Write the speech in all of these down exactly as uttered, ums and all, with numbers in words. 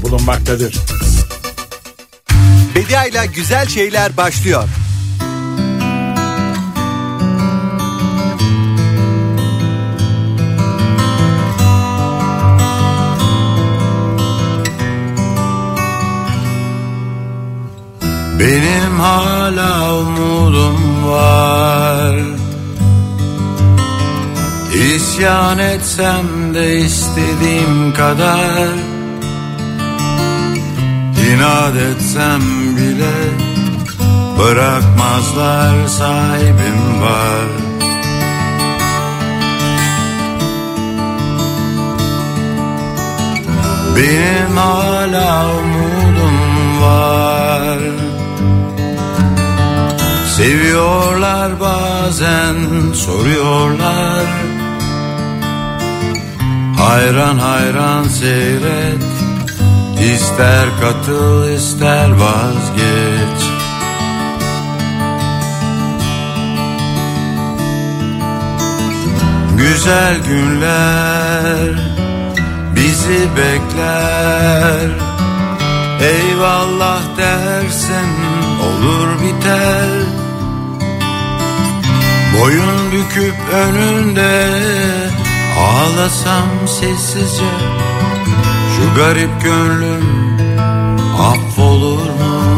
bulunmaktadır. Bediayla güzel şeyler başlıyor. Benim hala umudum var. İsyan etsem de istediğim kadar, İnat etsem bile bırakmazlar, sahibim var. Benim hala umudum var. Seviyorlar bazen, soruyorlar. Hayran hayran seyret, İster katıl ister vazgeç. Güzel günler bizi bekler. Eyvallah dersin olur biter. Boyun büküp önünde ağlasam sessizce, şu garip gönlüm affolur mu?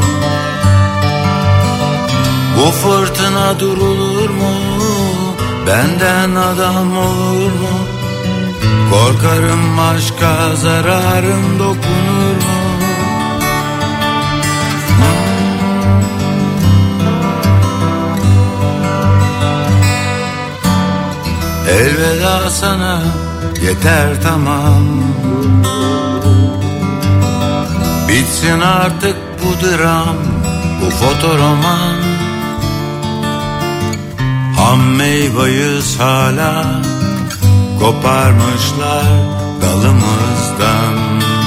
Bu fırtına durulur mu? Benden adam olur mu? Korkarım aşka zararım dokunur mu? Elveda sana, yeter tamam. Bitsin artık bu dram, bu fotoroman. Ham meyveyiz hala, koparmışlar dalımızdan.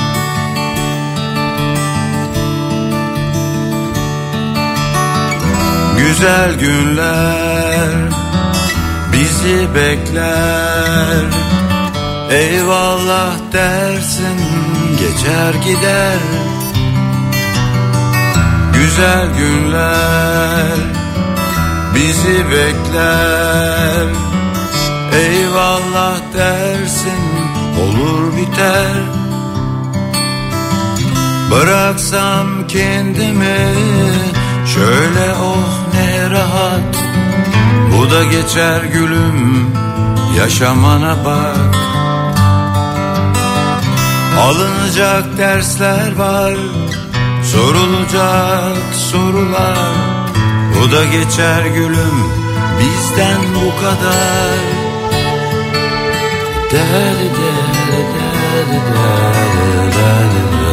Güzel günler bizi bekler. Eyvallah dersin, geçer gider. Güzel günler bizi bekler. Eyvallah dersin, olur biter. Bıraksam kendimi şöyle, oh ne rahat. Bu da geçer gülüm, yaşamana bak. Alınacak dersler var, sorulacak sorular. Bu da geçer gülüm, bizden bu kadar. Deli deli deli deli deli deli.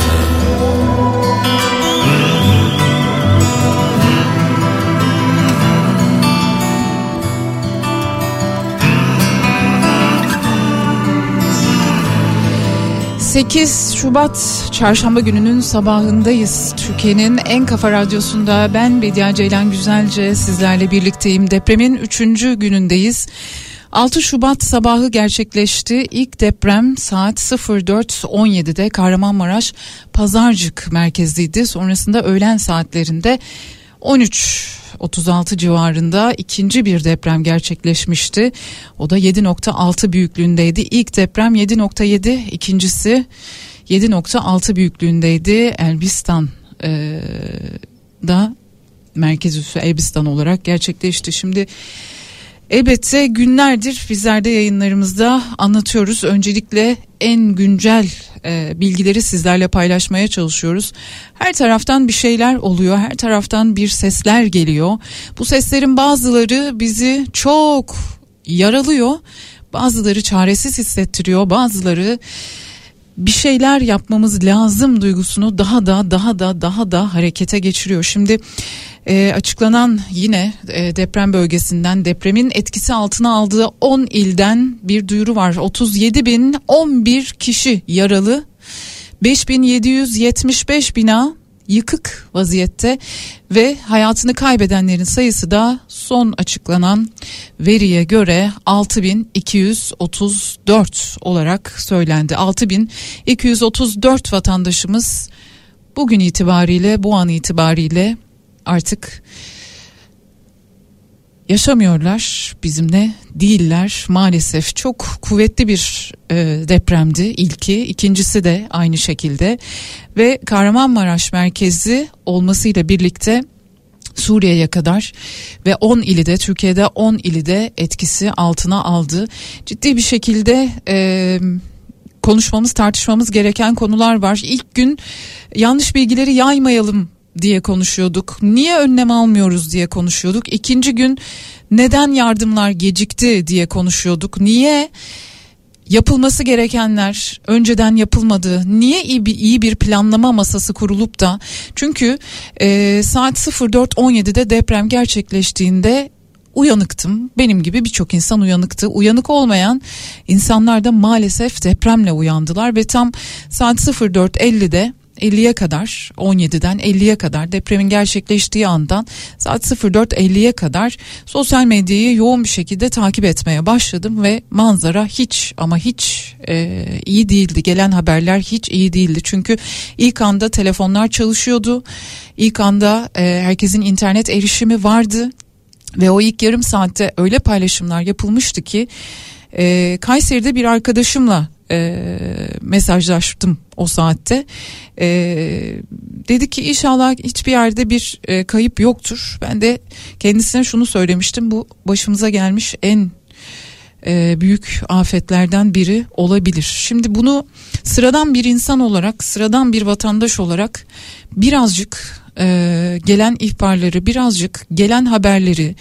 sekiz Şubat Çarşamba gününün sabahındayız. Türkiye'nin en kafa radyosunda ben Bediye Ceylan Güzelce sizlerle birlikteyim. Depremin üçüncü günündeyiz. altı Şubat sabahı gerçekleşti. İlk deprem saat sıfır dört on yedide Kahramanmaraş Pazarcık merkezliydi. Sonrasında öğlen saatlerinde on üç otuz altı civarında ikinci bir deprem gerçekleşmişti. O da yedi nokta altı büyüklüğündeydi. İlk deprem yedi nokta yedi, ikincisi yedi nokta altı büyüklüğündeydi. Elbistan e, da merkez üssü Elbistan olarak gerçekleşti. Şimdi elbette günlerdir bizler de yayınlarımızda anlatıyoruz. Öncelikle en güncel e, bilgileri sizlerle paylaşmaya çalışıyoruz. Her taraftan bir şeyler oluyor, her taraftan bir sesler geliyor. Bu seslerin bazıları bizi çok yaralıyor, bazıları çaresiz hissettiriyor, bazıları bir şeyler yapmamız lazım duygusunu daha da daha da daha da harekete geçiriyor. Şimdi e, açıklanan yine e, deprem bölgesinden, depremin etkisi altına aldığı on ilden bir duyuru var. otuz yedi bin on bir kişi yaralı, beş bin yedi yüz yetmiş beş bina yıkık vaziyette ve hayatını kaybedenlerin sayısı da son açıklanan veriye göre altı bin iki yüz otuz dört olarak söylendi. altı bin iki yüz otuz dört vatandaşımız bugün itibariyle, bu an itibariyle artık yaşamıyorlar, bizimle değiller maalesef. Çok kuvvetli bir e, depremdi ilki, ikincisi de aynı şekilde ve Kahramanmaraş merkezi olmasıyla birlikte Suriye'ye kadar ve on ili de, Türkiye'de on ili de etkisi altına aldı. Ciddi bir şekilde e, konuşmamız, tartışmamız gereken konular var. İlk gün yanlış bilgileri yaymayalım diye konuşuyorduk. Niye önlem almıyoruz diye konuşuyorduk. İkinci gün neden yardımlar gecikti diye konuşuyorduk. Niye yapılması gerekenler önceden yapılmadı? Niye iyi bir, iyi bir planlama masası kurulup da, çünkü e, saat sıfır dört on yedide deprem gerçekleştiğinde uyanıktım. Benim gibi birçok insan uyanıktı. Uyanık olmayan insanlar da maalesef depremle uyandılar ve tam saat sıfır dört ellide elliye kadar, on yediden elliye kadar, depremin gerçekleştiği andan saat sıfır dört elliye kadar sosyal medyayı yoğun bir şekilde takip etmeye başladım ve manzara hiç ama hiç e, iyi değildi. Gelen haberler hiç iyi değildi. Çünkü ilk anda telefonlar çalışıyordu. İlk anda e, herkesin internet erişimi vardı ve o ilk yarım saatte öyle paylaşımlar yapılmıştı ki e, Kayseri'de bir arkadaşımla E, mesajlaştım o saatte. E, dedi ki inşallah hiçbir yerde bir e, kayıp yoktur. Ben de kendisine şunu söylemiştim: bu başımıza gelmiş en e, büyük afetlerden biri olabilir. Şimdi bunu sıradan bir insan olarak, sıradan bir vatandaş olarak birazcık e, gelen ihbarları, birazcık gelen haberleri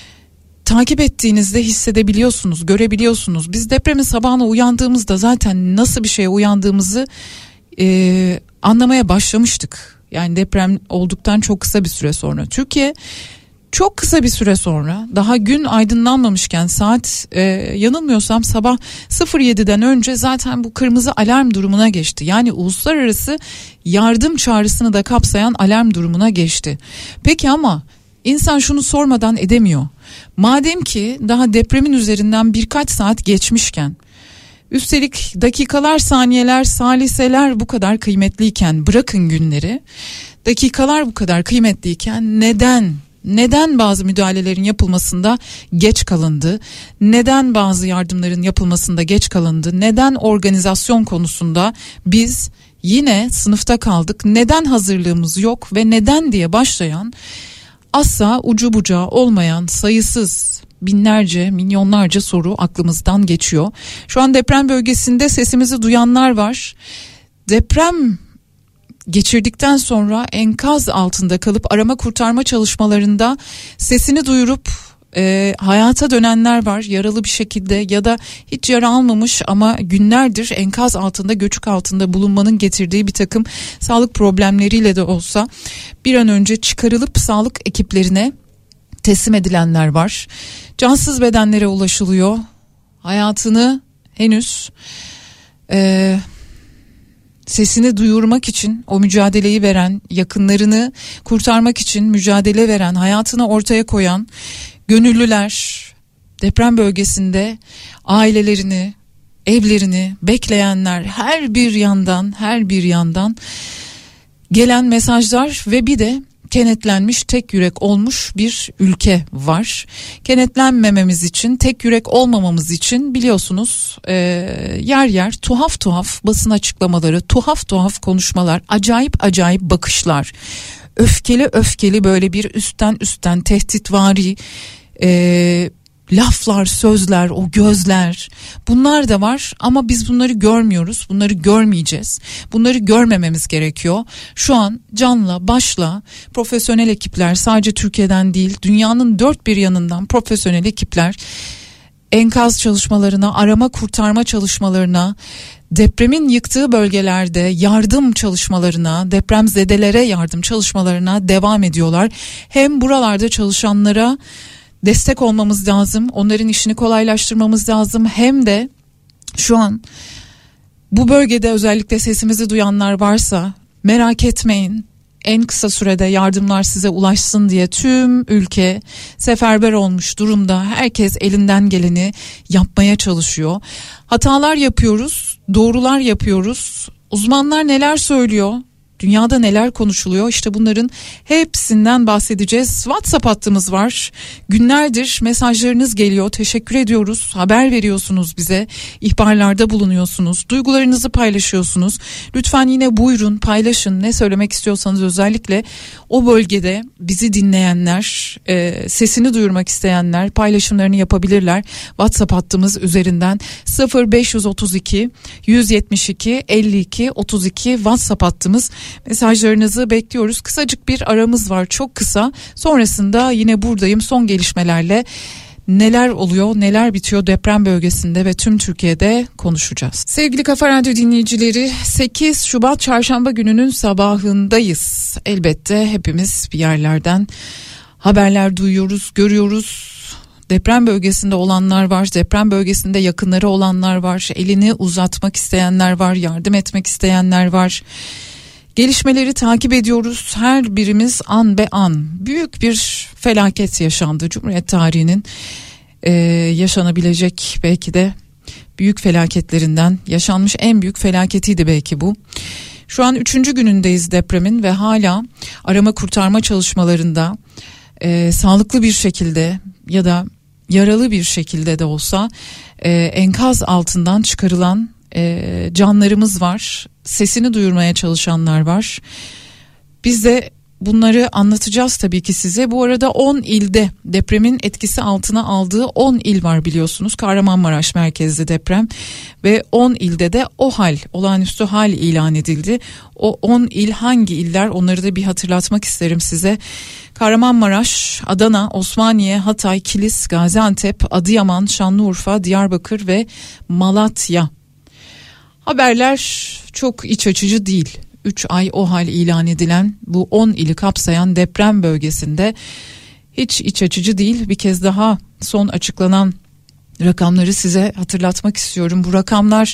takip ettiğinizde hissedebiliyorsunuz, görebiliyorsunuz. Biz depremin sabahına uyandığımızda zaten nasıl bir şeye uyandığımızı e, anlamaya başlamıştık. Yani deprem olduktan çok kısa bir süre sonra. Türkiye çok kısa bir süre sonra, daha gün aydınlanmamışken, saat e, yanılmıyorsam sabah sıfır yediden önce zaten bu kırmızı alarm durumuna geçti. Yani uluslararası yardım çağrısını da kapsayan alarm durumuna geçti. Peki ama İnsan şunu sormadan edemiyor. Madem ki daha depremin üzerinden birkaç saat geçmişken, üstelik dakikalar, saniyeler, saliseler bu kadar kıymetliyken, bırakın günleri, dakikalar bu kadar kıymetliyken neden, neden bazı müdahalelerin yapılmasında geç kalındı? Neden bazı yardımların yapılmasında geç kalındı? Neden organizasyon konusunda biz yine sınıfta kaldık? Neden hazırlığımız yok ve neden diye başlayan, asla ucu bucağı olmayan sayısız binlerce, milyonlarca soru aklımızdan geçiyor. Şu an deprem bölgesinde sesimizi duyanlar var. Deprem geçirdikten sonra enkaz altında kalıp arama kurtarma çalışmalarında sesini duyurup e, hayata dönenler var. Yaralı bir şekilde ya da hiç yara almamış ama günlerdir enkaz altında, göçük altında bulunmanın getirdiği bir takım sağlık problemleriyle de olsa bir an önce çıkarılıp sağlık ekiplerine teslim edilenler var. Cansız bedenlere ulaşılıyor. Hayatını henüz e, sesini duyurmak için o mücadeleyi veren, yakınlarını kurtarmak için mücadele veren, hayatını ortaya koyan gönüllüler, deprem bölgesinde ailelerini, evlerini bekleyenler, her bir yandan, her bir yandan gelen mesajlar ve bir de kenetlenmiş, tek yürek olmuş bir ülke var. Kenetlenmememiz için, tek yürek olmamamız için biliyorsunuz e, yer yer tuhaf tuhaf basın açıklamaları, tuhaf tuhaf konuşmalar, acayip acayip bakışlar, öfkeli öfkeli böyle bir üstten üstten tehditvari e, laflar, sözler, o gözler, bunlar da var ama biz bunları görmüyoruz, bunları görmeyeceğiz, bunları görmememiz gerekiyor. Şu an canla başla profesyonel ekipler, sadece Türkiye'den değil dünyanın dört bir yanından profesyonel ekipler enkaz çalışmalarına, arama kurtarma çalışmalarına, depremin yıktığı bölgelerde yardım çalışmalarına, depremzedelere yardım çalışmalarına devam ediyorlar. Hem buralarda çalışanlara destek olmamız lazım, onların işini kolaylaştırmamız lazım, hem de şu an bu bölgede özellikle sesimizi duyanlar varsa merak etmeyin, en kısa sürede yardımlar size ulaşsın diye tüm ülke seferber olmuş durumda. Herkes elinden geleni yapmaya çalışıyor. Hatalar yapıyoruz, doğrular yapıyoruz. Uzmanlar neler söylüyor? Dünyada neler konuşuluyor? İşte bunların hepsinden bahsedeceğiz. WhatsApp hattımız var. Günlerdir mesajlarınız geliyor. Teşekkür ediyoruz. Haber veriyorsunuz bize. İhbarlarda bulunuyorsunuz. Duygularınızı paylaşıyorsunuz. Lütfen yine buyurun, paylaşın. Ne söylemek istiyorsanız, özellikle o bölgede bizi dinleyenler, e, sesini duyurmak isteyenler paylaşımlarını yapabilirler. WhatsApp hattımız üzerinden sıfır beş otuz iki yüz yetmiş iki elli iki otuz iki WhatsApp hattımız. Mesajlarınızı bekliyoruz. Kısacık bir aramız var, çok kısa. Sonrasında yine buradayım son gelişmelerle. Neler oluyor, neler bitiyor deprem bölgesinde ve tüm Türkiye'de konuşacağız. Sevgili Kafa Radyo dinleyicileri, sekiz Şubat Çarşamba gününün sabahındayız. Elbette hepimiz bir yerlerden haberler duyuyoruz, görüyoruz. Deprem bölgesinde olanlar var, deprem bölgesinde yakınları olanlar var, elini uzatmak isteyenler var, yardım etmek isteyenler var. Gelişmeleri takip ediyoruz. Her birimiz an be an. Büyük bir felaket yaşandı. Cumhuriyet tarihinin e, yaşanabilecek belki de büyük felaketlerinden, yaşanmış en büyük felaketiydi belki bu. Şu an üçüncü günündeyiz depremin ve hala arama kurtarma çalışmalarında e, sağlıklı bir şekilde ya da yaralı bir şekilde de olsa e, enkaz altından çıkarılan e, canlarımız var. Sesini duyurmaya çalışanlar var. Biz de bunları anlatacağız tabii ki size. Bu arada on ilde depremin etkisi altına aldığı on il var biliyorsunuz. Kahramanmaraş merkezli deprem ve on ilde de OHAL, olağanüstü hal ilan edildi. O on il hangi iller, onları da bir hatırlatmak isterim size. Kahramanmaraş, Adana, Osmaniye, Hatay, Kilis, Gaziantep, Adıyaman, Şanlıurfa, Diyarbakır ve Malatya. Haberler çok iç açıcı değil. üç ay OHAL ilan edilen bu on ili kapsayan deprem bölgesinde hiç iç açıcı değil. Bir kez daha son açıklanan rakamları size hatırlatmak istiyorum. Bu rakamlar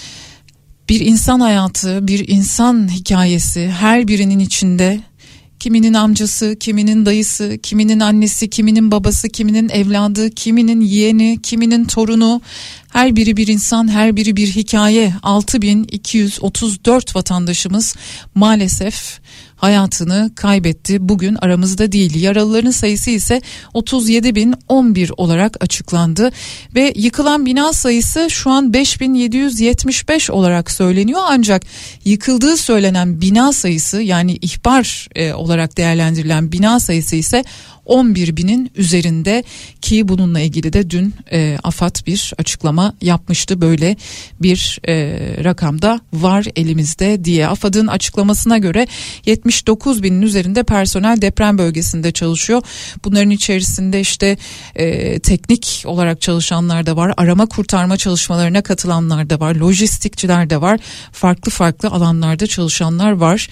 bir insan hayatı, bir insan hikayesi, her birinin içinde. Kiminin amcası, kiminin dayısı, kiminin annesi, kiminin babası, kiminin evladı, kiminin yeğeni, kiminin torunu. Her biri bir insan, her biri bir hikaye. altı bin iki yüz otuz dört vatandaşımız maalesef hayatını kaybetti. Bugün aramızda değil. Yaralıların sayısı ise otuz yedi bin on bir olarak açıklandı ve yıkılan bina sayısı şu an beş bin yedi yüz yetmiş beş olarak söyleniyor. Ancak yıkıldığı söylenen bina sayısı, yani ihbar e, olarak değerlendirilen bina sayısı ise on bir binin üzerinde ki bununla ilgili de dün e, AFAD bir açıklama yapmıştı. Böyle bir e, rakamda var elimizde diye. AFAD'ın açıklamasına göre yetmiş dokuz binin üzerinde personel deprem bölgesinde çalışıyor. Bunların içerisinde işte e, teknik olarak çalışanlar da var, arama kurtarma çalışmalarına katılanlar da var, lojistikçiler de var, farklı farklı alanlarda çalışanlar var.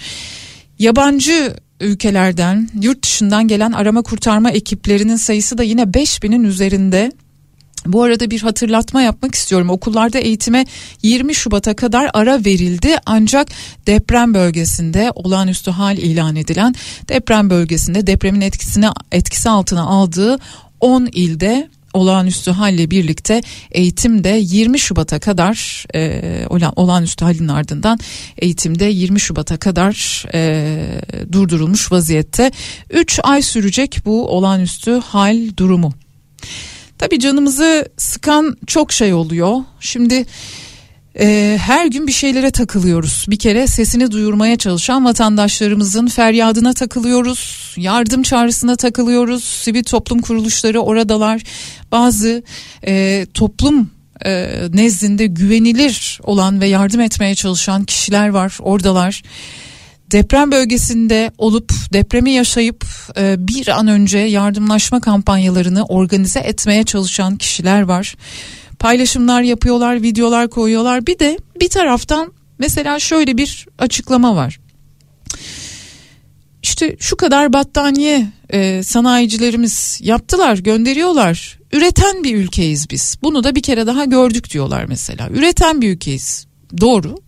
Yabancı ülkelerden, yurt dışından gelen arama kurtarma ekiplerinin sayısı da yine beş binin üzerinde. Bu arada bir hatırlatma yapmak istiyorum. Okullarda eğitime yirmi Şubat'a kadar ara verildi. Ancak deprem bölgesinde olağanüstü hal ilan edilen deprem bölgesinde depremin etkisini etkisi altına aldığı on ilde olağanüstü halle birlikte eğitim de yirmi Şubat'a kadar e, olağanüstü halin ardından eğitimde yirmi Şubat'a kadar e, durdurulmuş vaziyette. üç ay sürecek bu olağanüstü hal durumu. Tabii canımızı sıkan çok şey oluyor. Şimdi e, her gün bir şeylere takılıyoruz. Bir kere sesini duyurmaya çalışan vatandaşlarımızın feryadına takılıyoruz. Yardım çağrısına takılıyoruz. Sivil toplum kuruluşları oradalar. Bazı e, toplum e, nezdinde güvenilir olan ve yardım etmeye çalışan kişiler var, oradalar. Deprem bölgesinde olup depremi yaşayıp e, bir an önce yardımlaşma kampanyalarını organize etmeye çalışan kişiler var. Paylaşımlar yapıyorlar, videolar koyuyorlar. Bir de bir taraftan mesela şöyle bir açıklama var. İşte şu kadar battaniye e, sanayicilerimiz yaptılar, gönderiyorlar. Üreten bir ülkeyiz biz. Bunu da bir kere daha gördük diyorlar mesela. Üreten bir ülkeyiz. Doğru.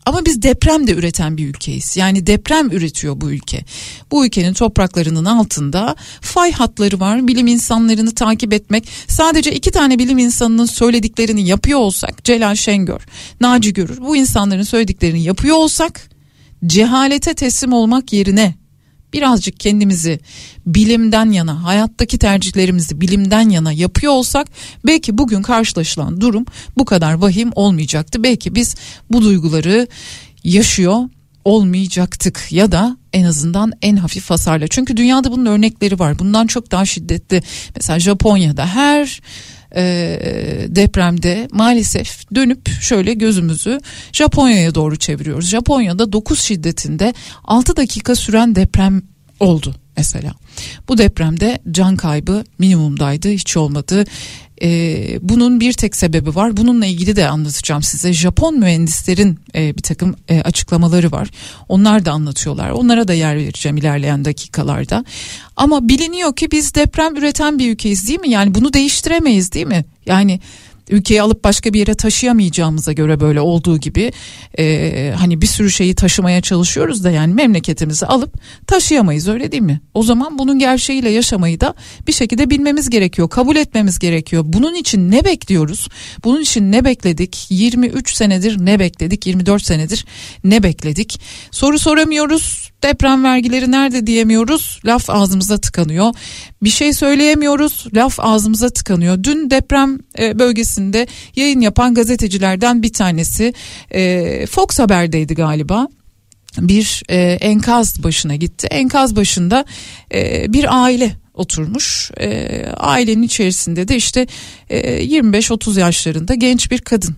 Ama biz deprem de üreten bir ülkeyiz. Yani deprem üretiyor bu ülke. Bu ülkenin topraklarının altında fay hatları var. Bilim insanlarını takip etmek. Sadece iki tane bilim insanının söylediklerini yapıyor olsak, Celal Şengör, Naci Görür, bu insanların söylediklerini yapıyor olsak, cehalete teslim olmak yerine birazcık kendimizi bilimden yana, hayattaki tercihlerimizi bilimden yana yapıyor olsak belki bugün karşılaşılan durum bu kadar vahim olmayacaktı. Belki biz bu duyguları yaşıyor olmayacaktık ya da en azından en hafif hasarla. Çünkü dünyada bunun örnekleri var. Bundan çok daha şiddetli. Mesela Japonya'da her e, depremde maalesef dönüp şöyle gözümüzü Japonya'ya doğru çeviriyoruz. Japonya'da dokuz şiddetinde altı dakika süren deprem oldu mesela. Bu depremde can kaybı minimumdaydı, hiç olmadı. Ee, bunun bir tek sebebi var. Bununla ilgili de anlatacağım size. Japon mühendislerin e, bir takım e, açıklamaları var. Onlar da anlatıyorlar. Onlara da yer vereceğim ilerleyen dakikalarda. Ama biliniyor ki biz deprem üreten bir ülkeyiz, değil mi? Yani bunu değiştiremeyiz, değil mi? Yani ülkeyi alıp başka bir yere taşıyamayacağımıza göre böyle olduğu gibi e, hani bir sürü şeyi taşımaya çalışıyoruz da yani memleketimizi alıp taşıyamayız, öyle değil mi? O zaman bunun gerçeğiyle yaşamayı da bir şekilde bilmemiz gerekiyor, kabul etmemiz gerekiyor. Bunun için ne bekliyoruz? Bunun için ne bekledik? yirmi üç senedir ne bekledik? yirmi dört senedir ne bekledik? Soru soramıyoruz. Deprem vergileri nerede diyemiyoruz. Laf ağzımıza tıkanıyor. Bir şey söyleyemiyoruz. Laf ağzımıza tıkanıyor. Dün deprem bölgesinde yayın yapan gazetecilerden bir tanesi Fox Haber'deydi galiba. Bir enkaz başına gitti. Enkaz başında bir aile oturmuş. Ailenin içerisinde de işte yirmi beş otuz yaşlarında genç bir kadın.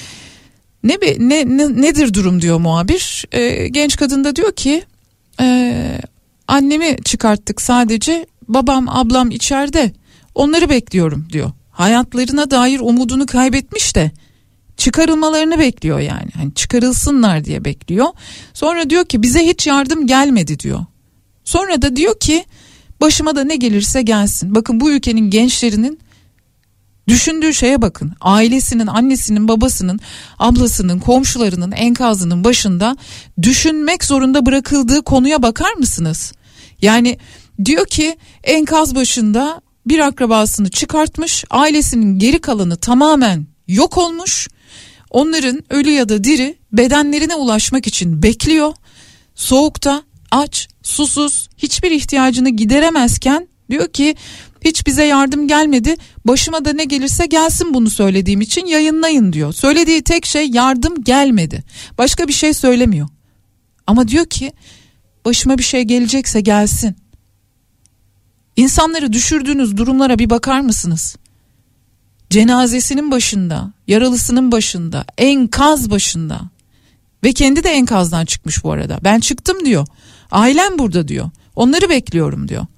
Ne, ne, ne nedir durum diyor muhabir. Genç kadın da diyor ki Ee, annemi çıkarttık sadece, babam ablam içeride, onları bekliyorum diyor. Hayatlarına dair umudunu kaybetmiş de çıkarılmalarını bekliyor, yani hani çıkarılsınlar diye bekliyor. Sonra diyor ki bize hiç yardım gelmedi diyor. Sonra da diyor ki başıma da ne gelirse gelsin. Bakın bu ülkenin gençlerinin düşündüğü şeye bakın. Ailesinin, annesinin, babasının, ablasının, komşularının enkazının başında düşünmek zorunda bırakıldığı konuya bakar mısınız? Yani diyor ki enkaz başında bir akrabasını çıkartmış, ailesinin geri kalanı tamamen yok olmuş. Onların ölü ya da diri bedenlerine ulaşmak için bekliyor. Soğukta, aç, susuz, hiçbir ihtiyacını gideremezken diyor ki hiç bize yardım gelmedi, başıma da ne gelirse gelsin, bunu söylediğim için yayınlayın diyor. Söylediği tek şey yardım gelmedi. Başka bir şey söylemiyor. Ama diyor ki başıma bir şey gelecekse gelsin. İnsanları düşürdüğünüz durumlara bir bakar mısınız? Cenazesinin başında, yaralısının başında, enkaz başında ve kendi de enkazdan çıkmış bu arada. Ben çıktım diyor. Ailem burada diyor. Onları bekliyorum diyor.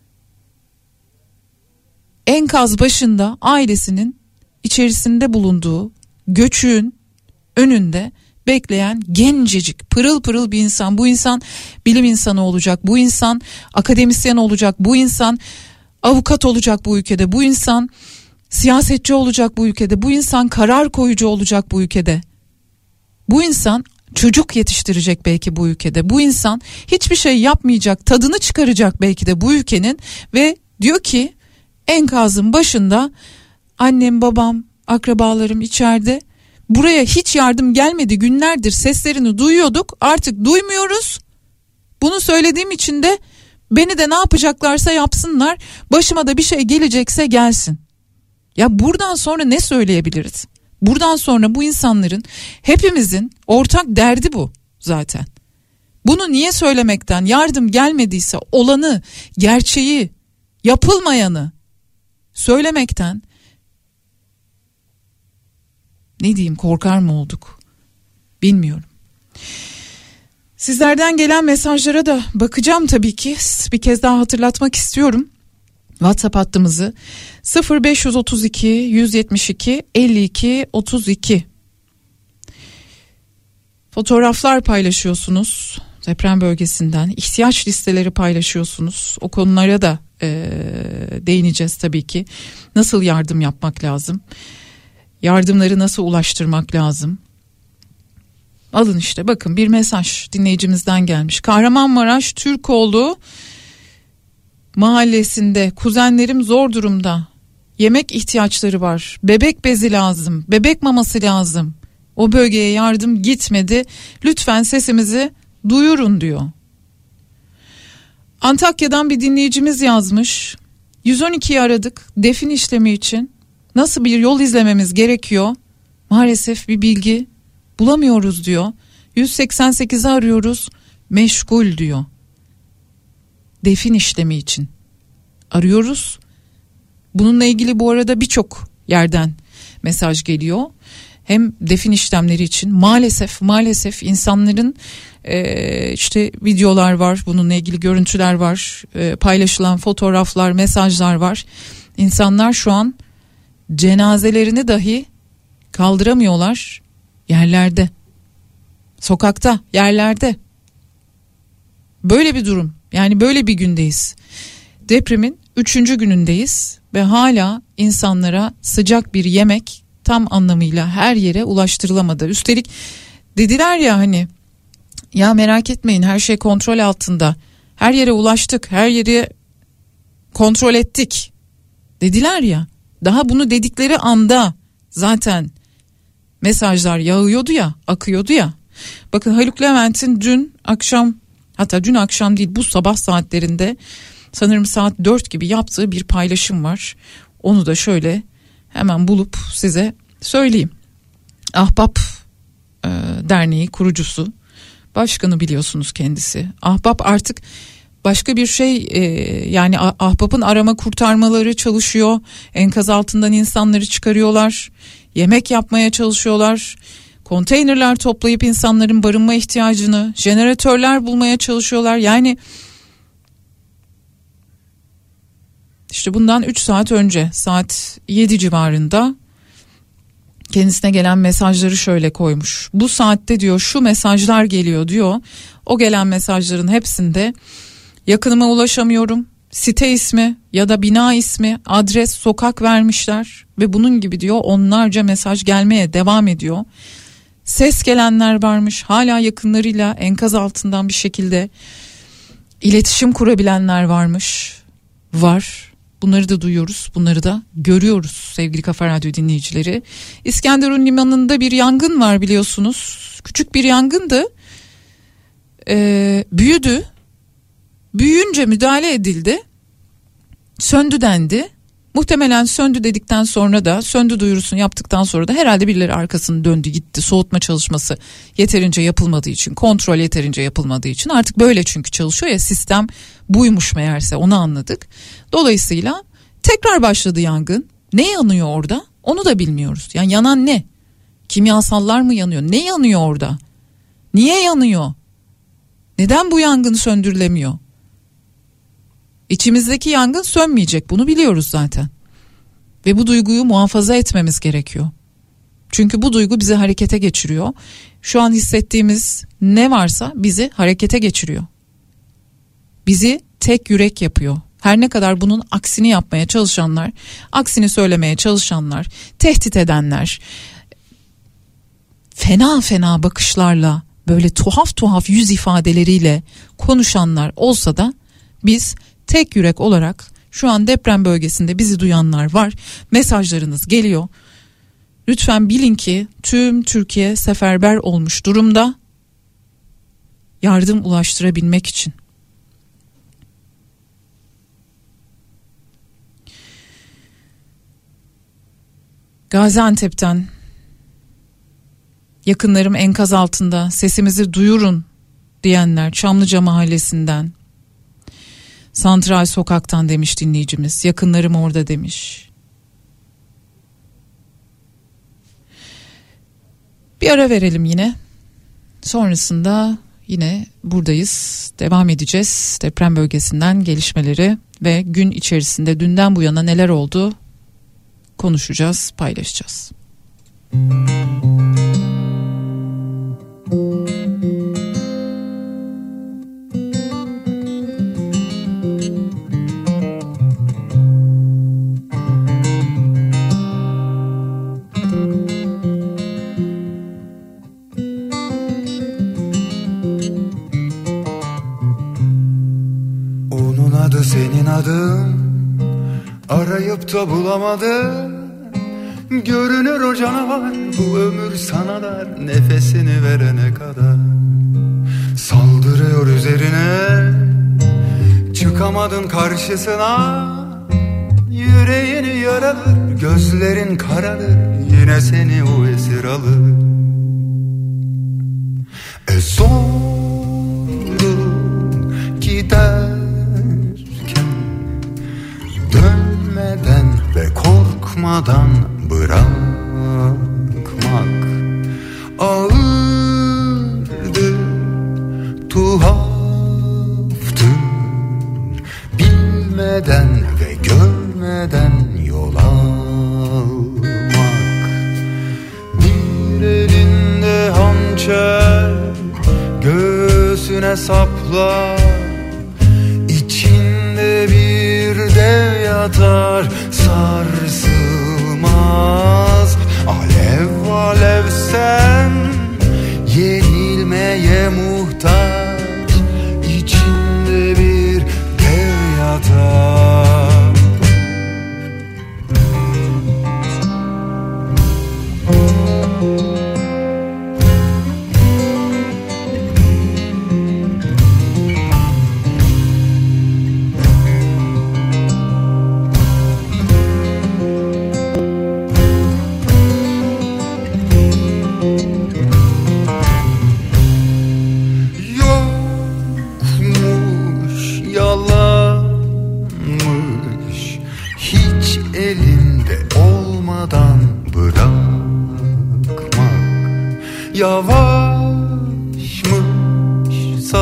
Enkaz başında ailesinin içerisinde bulunduğu göçüğün önünde bekleyen gencecik, pırıl pırıl bir insan. Bu insan bilim insanı olacak, bu insan akademisyen olacak, bu insan avukat olacak bu ülkede, bu insan siyasetçi olacak bu ülkede, bu insan karar koyucu olacak bu ülkede. Bu insan çocuk yetiştirecek belki bu ülkede. Bu insan hiçbir şey yapmayacak, tadını çıkaracak belki de bu ülkenin ve diyor ki enkazın başında annem, babam, akrabalarım içeride. Buraya hiç yardım gelmedi, günlerdir seslerini duyuyorduk, artık duymuyoruz. Bunu söylediğim için de beni de ne yapacaklarsa yapsınlar, başıma da bir şey gelecekse gelsin. Ya buradan sonra ne söyleyebiliriz? Buradan sonra bu insanların, hepimizin ortak derdi bu zaten. Bunu niye söylemekten, yardım gelmediyse olanı, gerçeği, yapılmayanı söylemekten ne diyeyim, korkar mı olduk bilmiyorum. Sizlerden gelen mesajlara da bakacağım tabii ki. Bir kez daha hatırlatmak istiyorum. WhatsApp hattımızı sıfır beş otuz iki yüz yetmiş iki elli iki otuz iki. Fotoğraflar paylaşıyorsunuz deprem bölgesinden, ihtiyaç listeleri paylaşıyorsunuz. O konulara da e, değineceğiz tabii ki. Nasıl yardım yapmak lazım? Yardımları nasıl ulaştırmak lazım? Alın işte bakın bir mesaj dinleyicimizden gelmiş. Kahramanmaraş Türkoğlu mahallesinde kuzenlerim zor durumda. Yemek ihtiyaçları var. Bebek bezi lazım. Bebek maması lazım. O bölgeye yardım gitmedi. Lütfen sesimizi duyurun diyor. Antakya'dan bir dinleyicimiz yazmış. yüz on ikiyi aradık defin işlemi için. Nasıl bir yol izlememiz gerekiyor? Maalesef bir bilgi bulamıyoruz diyor. yüz seksen sekizi arıyoruz. Meşgul diyor. Defin işlemi için arıyoruz. Bununla ilgili bu arada birçok yerden mesaj geliyor. Hem defin işlemleri için maalesef maalesef insanların e, işte videolar var, bununla ilgili görüntüler var, e, paylaşılan fotoğraflar, mesajlar var. İnsanlar şu an cenazelerini dahi kaldıramıyorlar yerlerde, sokakta, yerlerde. Böyle bir durum, yani böyle bir gündeyiz. Depremin üçüncü günündeyiz ve hala insanlara sıcak bir yemek tam anlamıyla her yere ulaştırılamadı. Üstelik dediler ya hani ya merak etmeyin her şey kontrol altında. Her yere ulaştık, her yeri kontrol ettik dediler ya. Daha bunu dedikleri anda zaten mesajlar yağıyordu ya, akıyordu ya. Bakın Haluk Levent'in dün akşam, hatta dün akşam değil bu sabah saatlerinde sanırım saat dört gibi yaptığı bir paylaşım var. Onu da şöyle hemen bulup size söyleyeyim. Ahbap e, Derneği kurucusu, başkanı biliyorsunuz kendisi. Ahbap artık başka bir şey e, yani Ahbap'ın arama kurtarmaları çalışıyor. Enkaz altından insanları çıkarıyorlar. Yemek yapmaya çalışıyorlar. Konteynerler toplayıp insanların barınma ihtiyacını, jeneratörler bulmaya çalışıyorlar. Yani işte bundan üç saat önce saat yedi civarında kendisine gelen mesajları şöyle koymuş. Bu saatte diyor şu mesajlar geliyor diyor. O gelen mesajların hepsinde yakınıma ulaşamıyorum. Site ismi ya da bina ismi, adres, sokak vermişler ve bunun gibi diyor onlarca mesaj gelmeye devam ediyor. Ses gelenler varmış, hala yakınlarıyla enkaz altından bir şekilde iletişim kurabilenler varmış, var. Bunları da duyuyoruz, bunları da görüyoruz sevgili Kafa Radyo dinleyicileri. İskenderun Limanı'nda bir yangın var biliyorsunuz. Küçük bir yangındı, ee, büyüdü. Büyüyünce müdahale edildi, söndü dendi. Muhtemelen söndü dedikten sonra da, söndü duyurusunu yaptıktan sonra da herhalde birileri arkasını döndü gitti. Soğutma çalışması yeterince yapılmadığı için, kontrol yeterince yapılmadığı için, artık böyle çünkü çalışıyor ya sistem, buymuş meğerse, onu anladık. Dolayısıyla tekrar başladı yangın. Ne yanıyor orada onu da bilmiyoruz. Yani yanan ne? Kimyasallar mı yanıyor? Ne yanıyor orada? Niye yanıyor? Neden bu yangın söndürülemiyor? İçimizdeki yangın sönmeyecek, bunu biliyoruz zaten. Ve bu duyguyu muhafaza etmemiz gerekiyor. Çünkü bu duygu bizi harekete geçiriyor. Şu an hissettiğimiz ne varsa bizi harekete geçiriyor. Bizi tek yürek yapıyor. Her ne kadar bunun aksini yapmaya çalışanlar, aksini söylemeye çalışanlar, tehdit edenler, fena fena bakışlarla, böyle tuhaf tuhaf yüz ifadeleriyle konuşanlar olsa da biz tek yürek olarak şu an deprem bölgesinde bizi duyanlar var. Mesajlarınız geliyor. Lütfen bilin ki tüm Türkiye seferber olmuş durumda yardım ulaştırabilmek için. Gaziantep'ten yakınlarım enkaz altında, sesimizi duyurun diyenler, Çamlıca Mahallesi'nden, Santral Sokak'tan demiş dinleyicimiz, yakınlarım orada demiş. Bir ara verelim yine, sonrasında yine buradayız, devam edeceğiz deprem bölgesinden gelişmeleri ve gün içerisinde dünden bu yana neler oldu konuşacağız, paylaşacağız. Onun adı senin adın, arayıp da bulamadım. Görünür o canavar, bu ömür sana dar, nefesini verene kadar. Saldırıyor üzerine, çıkamadın karşısına. Yüreğini yaradır, gözlerin karadır, yine seni o esir alır. E zorun giderken, dönmeden ve korkmadan bırakmak ağırdır, tuhaftır. Bilmeden ve görmeden yol almak. Bir elinde hançer, göğsüne sapla. İçinde bir dev yatar, sarsılmaz. Alev alev sen, yenilmeye muhtaç. İçinde bir dev yatar. Yavaşmış,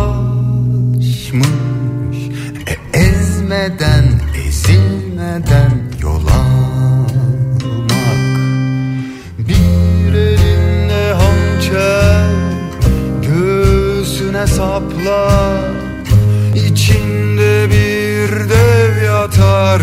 savaşmış, e, ezmeden, ezilmeden yol almak. Bir elinde hançer, göğsüne sapla. İçinde bir dev yatar,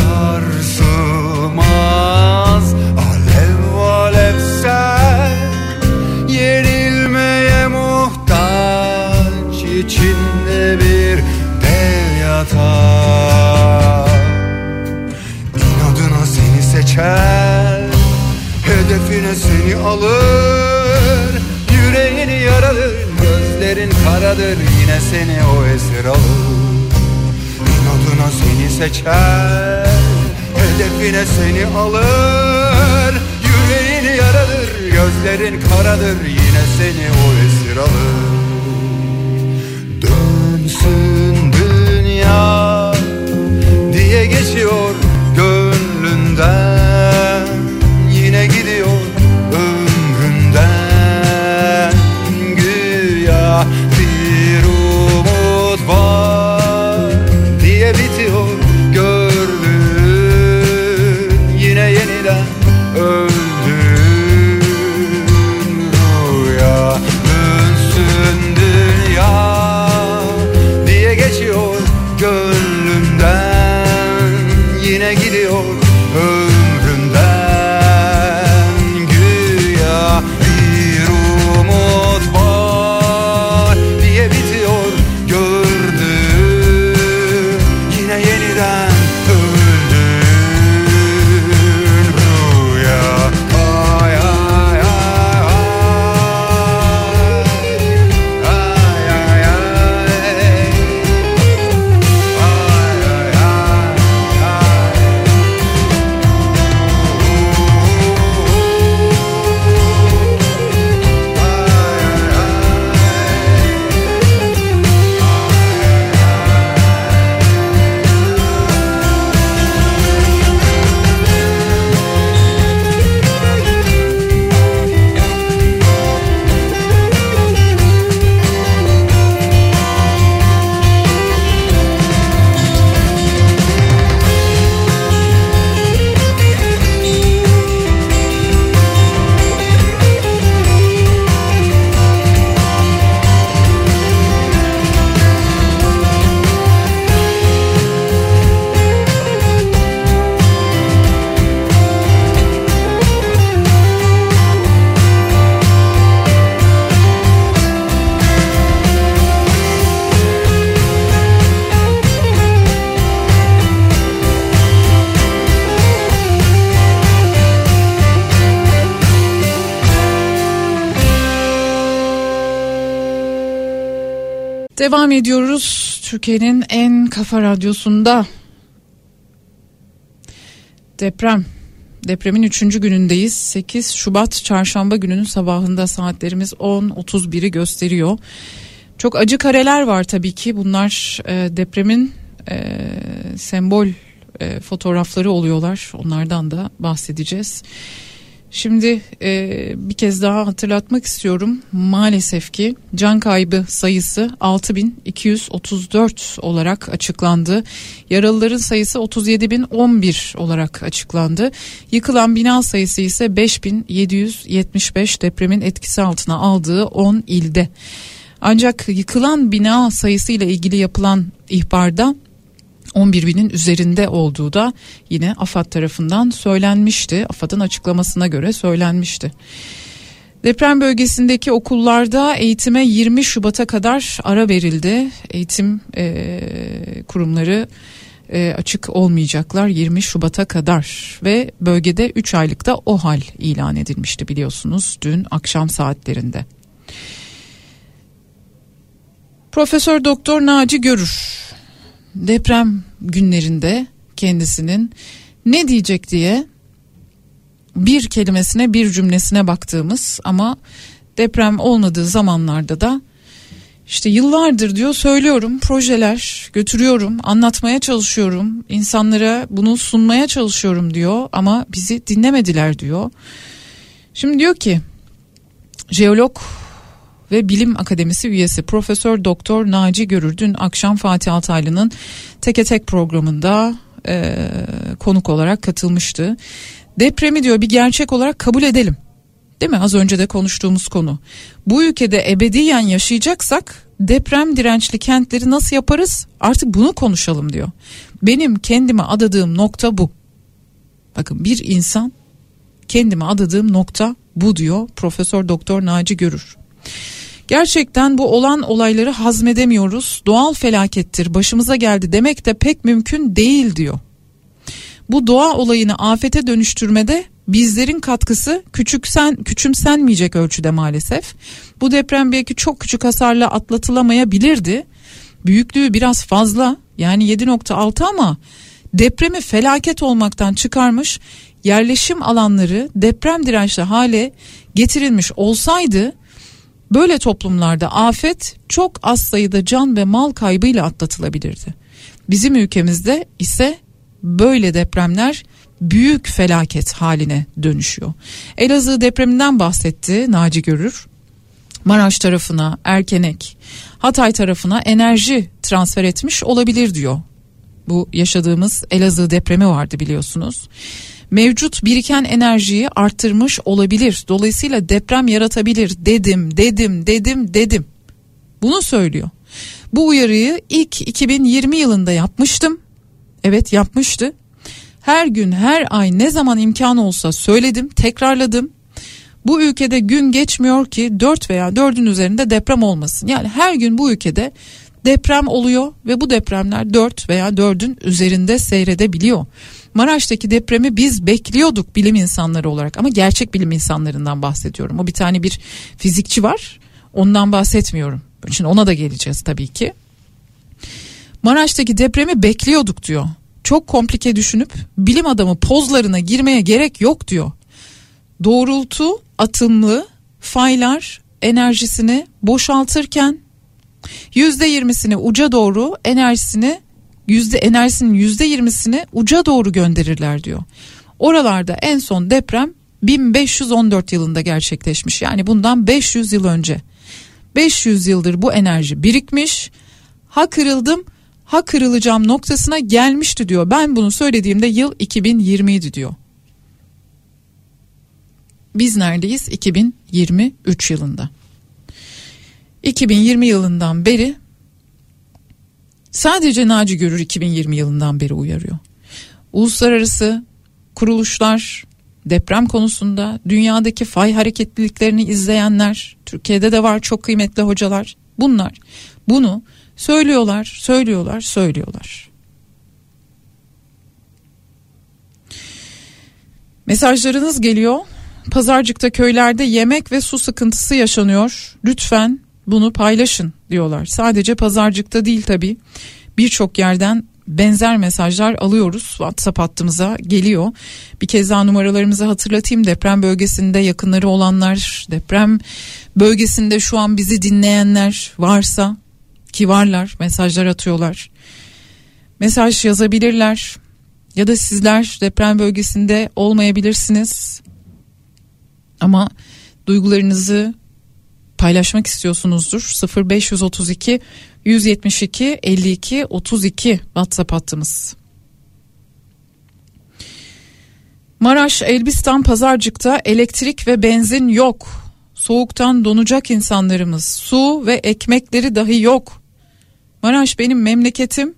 sarsılmaz. Alev alev sen, yenilmeye muhtaç. İçinde bir dev yatar. İnadına seni seçer, hedefine seni alır. Yüreğini yaradır, gözlerin karadır, yine seni o esir alır. İnadına seni seçer, hedefine seni alır. Yüreğini yaradır, gözlerin karadır, yine seni o esir alır. Dönsün dünya diye geçiyor gönlünden, yine gidiyor ömründen. Güya bir umut var diye bitiyor gördün, yine yeniden öldün. Rüya dönsün Devam ediyoruz Türkiye'nin en kafa radyosunda. Deprem. Depremin üçüncü günündeyiz. sekiz Şubat Çarşamba gününün sabahında, saatlerimiz on otuz biri gösteriyor. Çok acı kareler var tabii ki. Bunlar e, depremin e, sembol e, fotoğrafları oluyorlar. Onlardan da bahsedeceğiz. Şimdi e, bir kez daha hatırlatmak istiyorum. Maalesef ki can kaybı sayısı altı bin iki yüz otuz dört olarak açıklandı. Yaralıların sayısı otuz yedi bin on bir olarak açıklandı. Yıkılan bina sayısı ise beş bin yedi yüz yetmiş beş, depremin etkisi altına aldığı on ilde. Ancak yıkılan bina sayısı ile ilgili yapılan ihbarda on bir binin üzerinde olduğu da yine AFAD tarafından söylenmişti. AFAD'ın açıklamasına göre söylenmişti. Deprem bölgesindeki okullarda eğitime yirmi Şubat'a kadar ara verildi. Eğitim e, kurumları e, açık olmayacaklar yirmi Şubat'a kadar ve bölgede üç aylıkta OHAL ilan edilmişti biliyorsunuz dün akşam saatlerinde. Profesör Doktor Naci Görür deprem günlerinde kendisinin ne diyecek diye bir kelimesine, bir cümlesine baktığımız ama deprem olmadığı zamanlarda da işte yıllardır diyor söylüyorum, projeler götürüyorum, anlatmaya çalışıyorum, insanlara bunu sunmaya çalışıyorum diyor ama bizi dinlemediler diyor. Şimdi diyor ki jeolog ve Bilim Akademisi üyesi Profesör Doktor Naci Görür dün akşam Fatih Altaylı'nın Teke Tek programında e, konuk olarak katılmıştı. Depremi diyor bir gerçek olarak kabul edelim. Değil mi? Az önce de konuştuğumuz konu. Bu ülkede ebediyen yaşayacaksak deprem dirençli kentleri nasıl yaparız? Artık bunu konuşalım diyor. Benim kendime adadığım nokta bu. Bakın bir insan kendime adadığım nokta bu diyor Profesör Doktor Naci Görür. Gerçekten bu olan olayları hazmedemiyoruz. Doğal felakettir, başımıza geldi demek de pek mümkün değil diyor. Bu doğa olayını afete dönüştürmede bizlerin katkısı küçüksen, küçümsenmeyecek ölçüde maalesef. Bu deprem belki çok küçük hasarla atlatılamayabilirdi. Büyüklüğü biraz fazla, yani yedi nokta altı, ama depremi felaket olmaktan çıkarmış, yerleşim alanları deprem dirençli hale getirilmiş olsaydı böyle toplumlarda afet çok az sayıda can ve mal kaybıyla atlatılabilirdi. Bizim ülkemizde ise böyle depremler büyük felaket haline dönüşüyor. Elazığ depreminden bahsetti Naci Görür. Maraş tarafına, Erkenek, Hatay tarafına enerji transfer etmiş olabilir diyor. Bu yaşadığımız Elazığ depremi vardı biliyorsunuz. Mevcut biriken enerjiyi arttırmış olabilir. Dolayısıyla deprem yaratabilir dedim, dedim, dedim, dedim. Bunu söylüyor. Bu uyarıyı ilk iki bin yirmi yılında yapmıştım. Evet, yapmıştı. Her gün, her ay ne zaman imkan olsa söyledim, tekrarladım. Bu ülkede gün geçmiyor ki dört veya dördün üzerinde deprem olmasın. Yani her gün bu ülkede deprem oluyor ve bu depremler dört veya dördün üzerinde seyredebiliyor. Maraş'taki depremi biz bekliyorduk bilim insanları olarak, ama gerçek bilim insanlarından bahsediyorum. O bir tane bir fizikçi var, ondan bahsetmiyorum. Şimdi ona da geleceğiz tabii ki. Maraş'taki depremi bekliyorduk diyor. Çok komplike düşünüp bilim adamı pozlarına girmeye gerek yok diyor. Doğrultu atımlı faylar enerjisini boşaltırken yüzde yirmisini uca doğru enerjisini yüzde enerjisinin yüzde yirmisini uca doğru gönderirler diyor. Oralarda en son deprem bin beş yüz on dört yılında gerçekleşmiş. Yani bundan beş yüz yıl önce. beş yüz yıldır bu enerji birikmiş. Ha kırıldım, ha kırılacağım noktasına gelmişti diyor. Ben bunu söylediğimde yıl iki bin yirmi idi diyor. Biz neredeyiz? iki bin yirmi üç yılında. iki bin yirmi yılından beri sadece Naci Görür iki bin yirmi yılından beri uyarıyor. Uluslararası kuruluşlar deprem konusunda, dünyadaki fay hareketliliklerini izleyenler, Türkiye'de de var çok kıymetli hocalar. Bunlar bunu söylüyorlar, söylüyorlar, söylüyorlar. Mesajlarınız geliyor. Pazarcık'ta köylerde yemek ve su sıkıntısı yaşanıyor. Lütfen bunu paylaşın diyorlar. Sadece Pazarcık'ta değil tabii, birçok yerden benzer mesajlar alıyoruz. WhatsApp hattımıza geliyor. Bir kez daha numaralarımızı hatırlatayım. Deprem bölgesinde yakınları olanlar, deprem bölgesinde şu an bizi dinleyenler varsa, ki varlar, mesajlar atıyorlar. Mesaj yazabilirler. Ya da sizler deprem bölgesinde olmayabilirsiniz. Ama duygularınızı paylaşmak istiyorsunuzdur. sıfır beş otuz iki yüz yetmiş iki elli iki otuz iki WhatsApp hattımız. Maraş, Elbistan, Pazarcık'ta elektrik ve benzin yok. Soğuktan donacak insanlarımız. Su ve ekmekleri dahi yok. Maraş benim memleketim.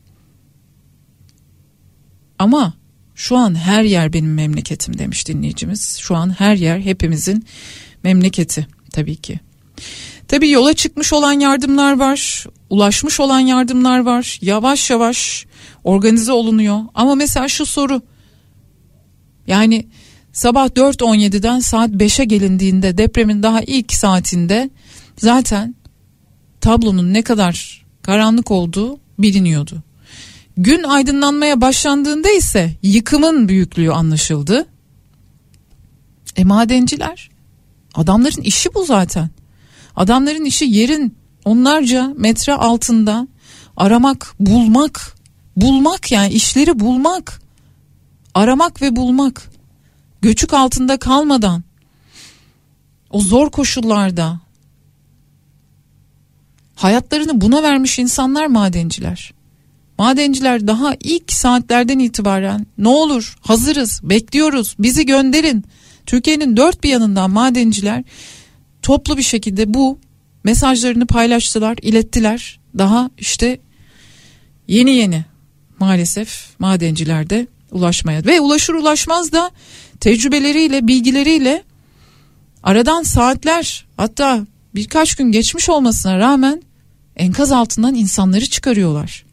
Ama şu an her yer benim memleketim demiş dinleyicimiz. Şu an her yer hepimizin memleketi tabii ki. Tabii yola çıkmış olan yardımlar var, ulaşmış olan yardımlar var. Yavaş yavaş organize olunuyor. Ama mesela şu soru, yani sabah dört on yediden saat beşe gelindiğinde, depremin daha ilk saatinde zaten tablonun ne kadar karanlık olduğu biliniyordu. Gün aydınlanmaya başlandığında ise yıkımın büyüklüğü anlaşıldı. E madenciler, adamların işi bu zaten. Adamların işi yerin onlarca metre altında aramak, bulmak, bulmak yani işleri bulmak, aramak ve bulmak. Göçük altında kalmadan, o zor koşullarda hayatlarını buna vermiş insanlar madenciler. Madenciler daha ilk saatlerden itibaren ne olur hazırız, bekliyoruz, bizi gönderin. Türkiye'nin dört bir yanından madenciler toplu bir şekilde bu mesajlarını paylaştılar, ilettiler. Daha işte yeni yeni maalesef madenciler de ulaşmaya ve ulaşır ulaşmaz da tecrübeleriyle, bilgileriyle aradan saatler, hatta birkaç gün geçmiş olmasına rağmen enkaz altından insanları çıkarıyorlar.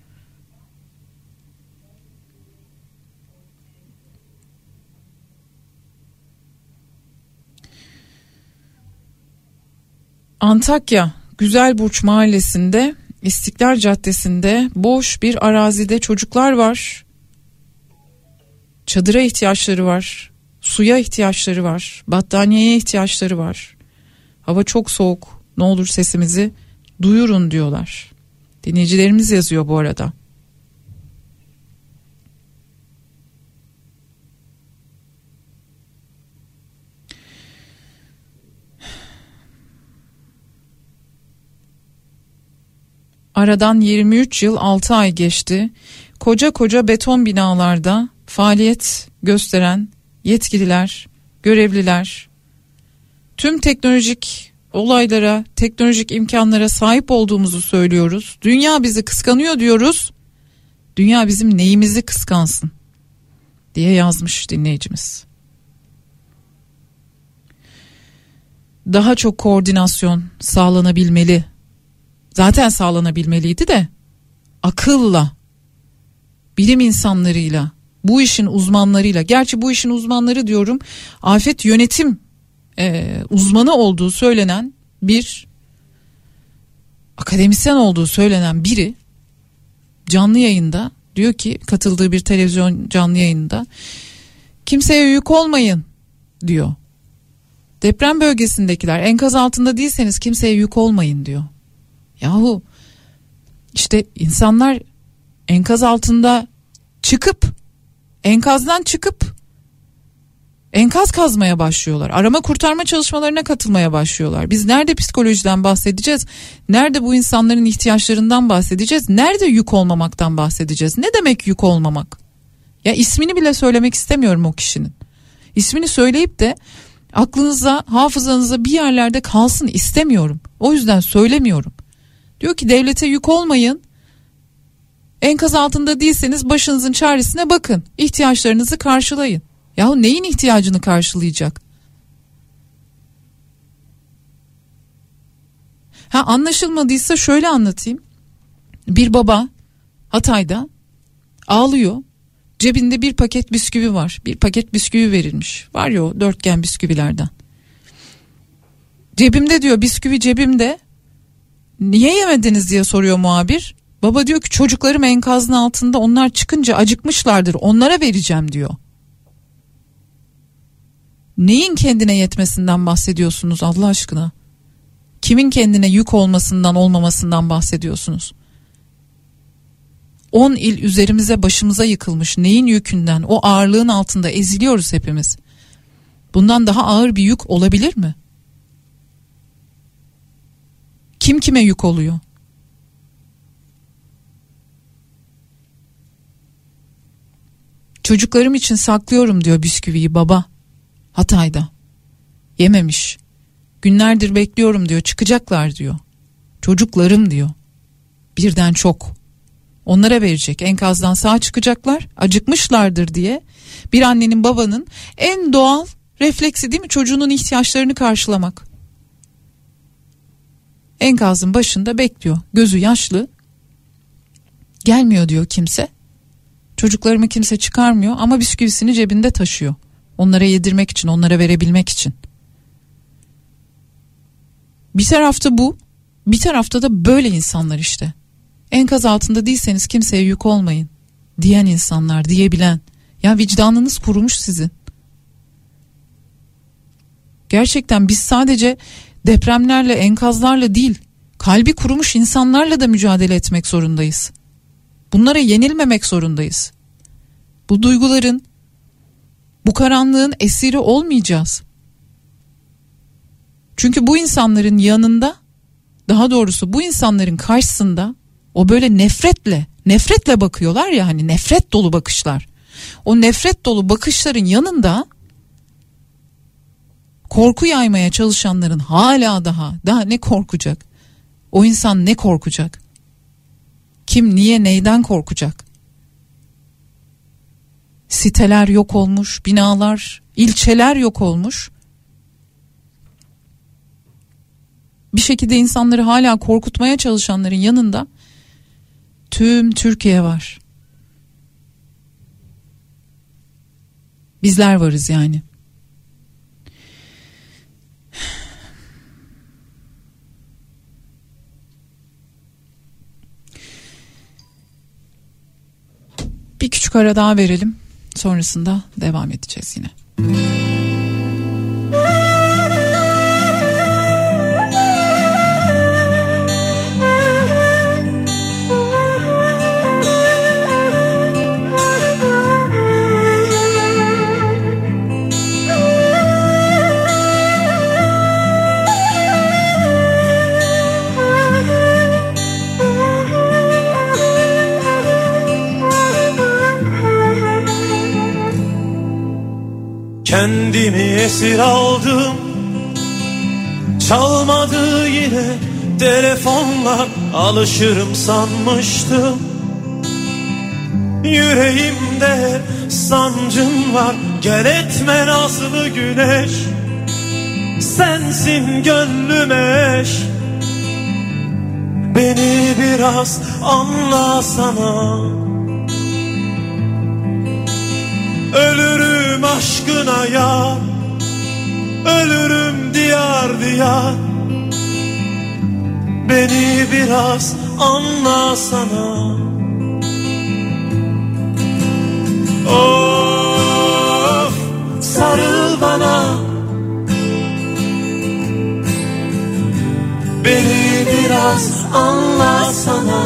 Antakya Güzelburç Mahallesi'nde, İstiklal Caddesi'nde boş bir arazide çocuklar var. Çadıra ihtiyaçları var, suya ihtiyaçları var, battaniyeye ihtiyaçları var. Hava çok soğuk, ne olur sesimizi duyurun diyorlar. Dinleyicilerimiz yazıyor bu arada. Aradan yirmi üç yıl altı ay geçti. Koca koca beton binalarda faaliyet gösteren yetkililer, görevliler, tüm teknolojik olaylara, teknolojik imkanlara sahip olduğumuzu söylüyoruz. Dünya bizi kıskanıyor diyoruz. Dünya bizim neyimizi kıskansın diye yazmış dinleyicimiz. Daha çok koordinasyon sağlanabilmeli. Zaten sağlanabilmeliydi de akılla, bilim insanlarıyla, bu işin uzmanlarıyla, gerçi bu işin uzmanları diyorum, afet yönetim e, uzmanı olduğu söylenen bir akademisyen olduğu söylenen biri canlı yayında diyor ki, katıldığı bir televizyon canlı yayında, kimseye yük olmayın diyor. Deprem bölgesindekiler, enkaz altında değilseniz kimseye yük olmayın diyor. Yahu işte insanlar enkaz altında çıkıp, enkazdan çıkıp enkaz kazmaya başlıyorlar. Arama kurtarma çalışmalarına katılmaya başlıyorlar. Biz nerede psikolojiden bahsedeceğiz? Nerede bu insanların ihtiyaçlarından bahsedeceğiz? Nerede yük olmamaktan bahsedeceğiz? Ne demek yük olmamak? Ya ismini bile söylemek istemiyorum o kişinin. İsmini söyleyip de aklınıza, hafızanıza bir yerlerde kalsın istemiyorum. O yüzden söylemiyorum. Diyor ki devlete yük olmayın. Enkaz altında değilseniz başınızın çaresine bakın. İhtiyaçlarınızı karşılayın. Yahu neyin ihtiyacını karşılayacak? Ha, anlaşılmadıysa şöyle anlatayım. Bir baba Hatay'da ağlıyor. Cebinde bir paket bisküvi var. Bir paket bisküvi verilmiş. Var ya o dörtgen bisküvilerden. Cebimde diyor, bisküvi cebimde. Niye yemediniz diye soruyor muhabir. Baba diyor ki çocuklarım enkazın altında, onlar çıkınca acıkmışlardır, onlara vereceğim diyor. Neyin kendine yetmesinden bahsediyorsunuz Allah aşkına? Kimin kendine yük olmasından olmamasından bahsediyorsunuz? On il üzerimize başımıza yıkılmış, neyin yükünden? O ağırlığın altında eziliyoruz hepimiz. Bundan daha ağır bir yük olabilir mi? Kim kime yük oluyor? Çocuklarım için saklıyorum diyor bisküviyi baba. Hatay'da. Yememiş. Günlerdir bekliyorum diyor. Çıkacaklar diyor. Çocuklarım diyor. Birden çok. Onlara verecek. Enkazdan sağ çıkacaklar. Acıkmışlardır diye. Bir annenin, babanın en doğal refleksi değil mi? Çocuğunun ihtiyaçlarını karşılamak. Enkazın başında bekliyor. Gözü yaşlı. Gelmiyor diyor kimse. Çocuklarımı kimse çıkarmıyor ama bisküvisini cebinde taşıyor. Onlara yedirmek için, onlara verebilmek için. Bir tarafta bu, bir tarafta da böyle insanlar işte. Enkaz altında değilseniz kimseye yük olmayın diyen insanlar, diyebilen. Ya vicdanınız kurumuş sizin. Gerçekten biz sadece depremlerle, enkazlarla değil, kalbi kurumuş insanlarla da mücadele etmek zorundayız. Bunlara yenilmemek zorundayız. Bu duyguların, bu karanlığın esiri olmayacağız. Çünkü bu insanların yanında, daha doğrusu bu insanların karşısında o böyle nefretle, nefretle bakıyorlar ya, hani nefret dolu bakışlar. O nefret dolu bakışların yanında korku yaymaya çalışanların hala daha, daha ne korkacak? O insan ne korkacak? Kim, niye, neyden korkacak? Siteler yok olmuş, binalar, ilçeler yok olmuş. Bir şekilde insanları hala korkutmaya çalışanların yanında tüm Türkiye var. Bizler varız yani. Bir küçük ara daha verelim. Sonrasında devam edeceğiz yine. Kendimi esir aldım, çalmadı yine telefonlar, alışırım sanmıştım. Yüreğimde sancım var, gel etme nazlı güneş. Sensin gönlüme eş, beni biraz anlasana. Ölürüm aşkına ya, ölürüm diyar diyar. Beni biraz anlasana. Of, sarıl bana, beni biraz anlasana.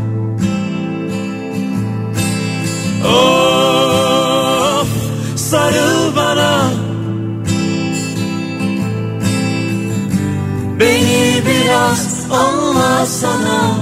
Of, sarıl bana, beni biraz anlasana.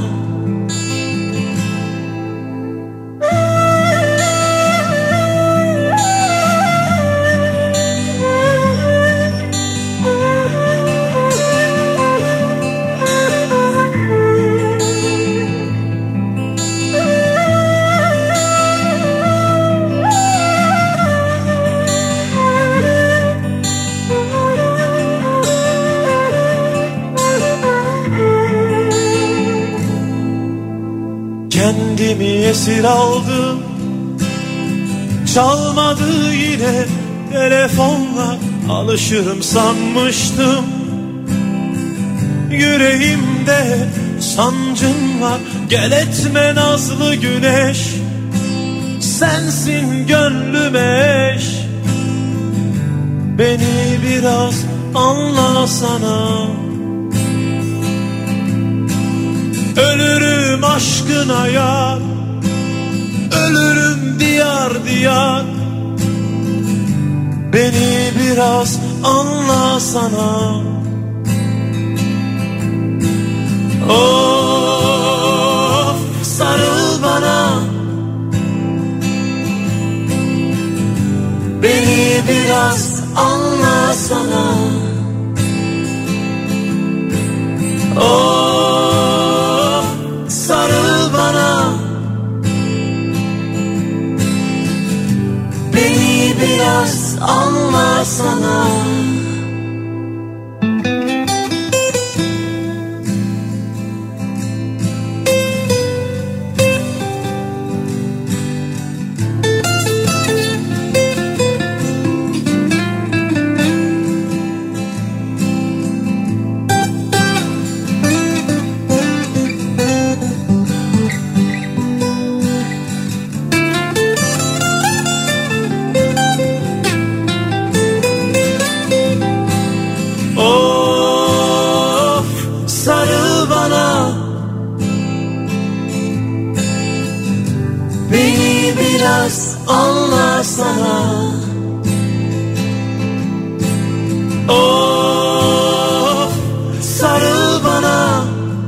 Kendimi esir aldım, çalmadı yine telefonlar, alışırım sanmıştım. Yüreğimde sancın var. Gel etme nazlı güneş, sensin gönlüme eş. Beni biraz anlasana. Ölürüm aşkına yar, ölürüm diyar diyar. Beni biraz anlasana. Of, sarıl bana, beni biraz anlasana. Of, sarıl bana, beni biraz anlasana. Anlasana. Oh, sarıl bana,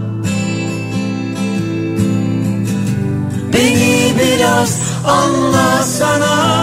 beni biraz anlasana.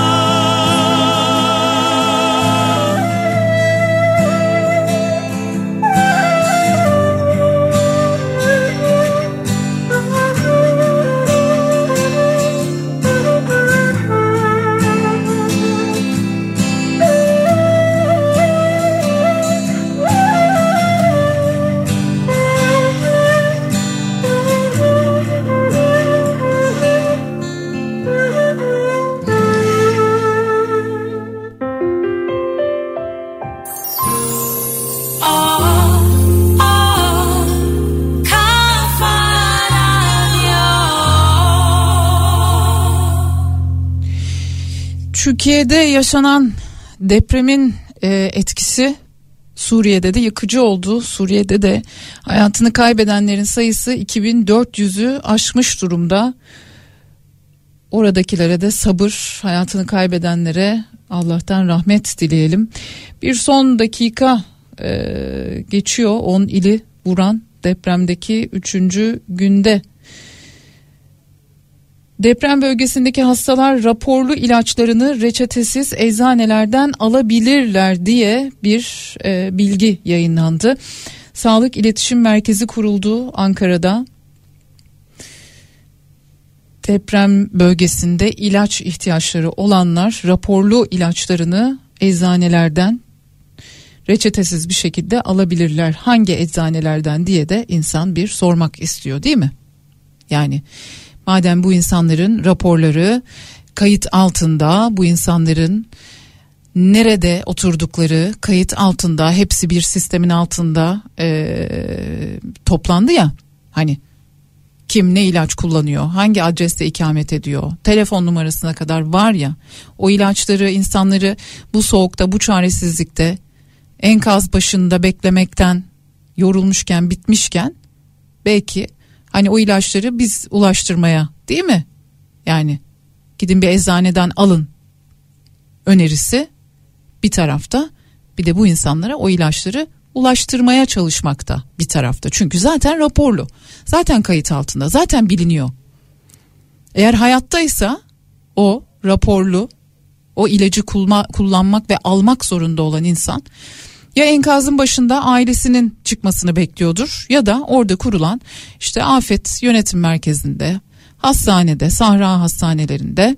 Türkiye'de yaşanan depremin e, etkisi Suriye'de de yıkıcı oldu. Suriye'de de hayatını kaybedenlerin sayısı iki bin dört yüzü aşmış durumda. Oradakilere de sabır, hayatını kaybedenlere Allah'tan rahmet dileyelim. Bir son dakika e, geçiyor on ili vuran depremdeki üçüncü günde. Deprem bölgesindeki hastalar raporlu ilaçlarını reçetesiz eczanelerden alabilirler diye bir e, bilgi yayınlandı. Sağlık İletişim Merkezi kuruldu Ankara'da. Deprem bölgesinde ilaç ihtiyaçları olanlar raporlu ilaçlarını eczanelerden reçetesiz bir şekilde alabilirler. Hangi eczanelerden diye de insan bir sormak istiyor, değil mi? Yani madem bu insanların raporları kayıt altında, bu insanların nerede oturdukları kayıt altında, hepsi bir sistemin altında e, toplandı ya, hani kim ne ilaç kullanıyor, hangi adreste ikamet ediyor, telefon numarasına kadar var ya, o ilaçları insanları bu soğukta, bu çaresizlikte, enkaz başında beklemekten yorulmuşken, bitmişken belki hani o ilaçları biz ulaştırmaya, değil mi? Yani gidin bir eczaneden alın önerisi bir tarafta, bir de bu insanlara o ilaçları ulaştırmaya çalışmakta bir tarafta. Çünkü zaten raporlu, zaten kayıt altında, zaten biliniyor. Eğer hayattaysa o raporlu, o ilacı kulma, kullanmak ve almak zorunda olan insan ya enkazın başında ailesinin çıkmasını bekliyordur ya da orada kurulan işte afet yönetim merkezinde, hastanede, sahra hastanelerinde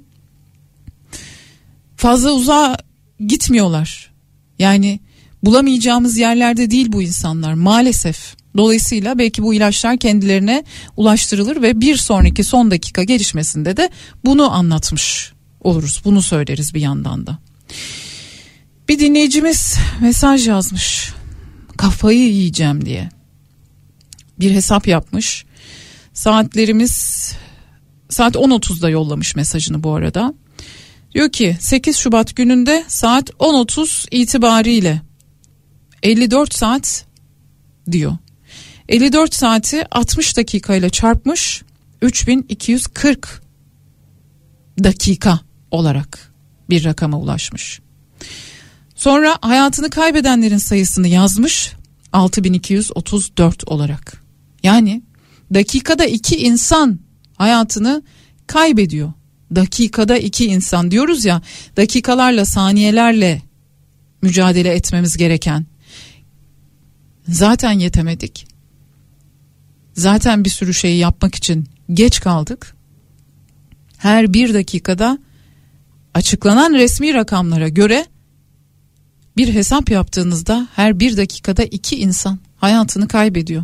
fazla uzağa gitmiyorlar. Yani bulamayacağımız yerlerde değil bu insanlar maalesef. Dolayısıyla belki bu ilaçlar kendilerine ulaştırılır ve bir sonraki son dakika gelişmesinde de bunu anlatmış oluruz. Bunu söyleriz bir yandan da. Bir dinleyicimiz mesaj yazmış. Kafayı yiyeceğim diye. bir hesap yapmış. Saatlerimiz saat on otuzda yollamış mesajını bu arada. Diyor ki sekiz Şubat gününde saat on otuz itibariyle elli dört saat diyor. elli dört saati altmış dakikayla çarpmış, üç bin iki yüz kırk dakika olarak bir rakama ulaşmış. Sonra hayatını kaybedenlerin sayısını yazmış, altı bin iki yüz otuz dört olarak. Yani dakikada iki insan hayatını kaybediyor. Dakikada iki insan diyoruz ya, dakikalarla saniyelerle mücadele etmemiz gereken. Zaten yetemedik. Zaten bir sürü şeyi yapmak için geç kaldık. Her bir dakikada açıklanan resmi rakamlara göre bir hesap yaptığınızda her bir dakikada iki insan hayatını kaybediyor.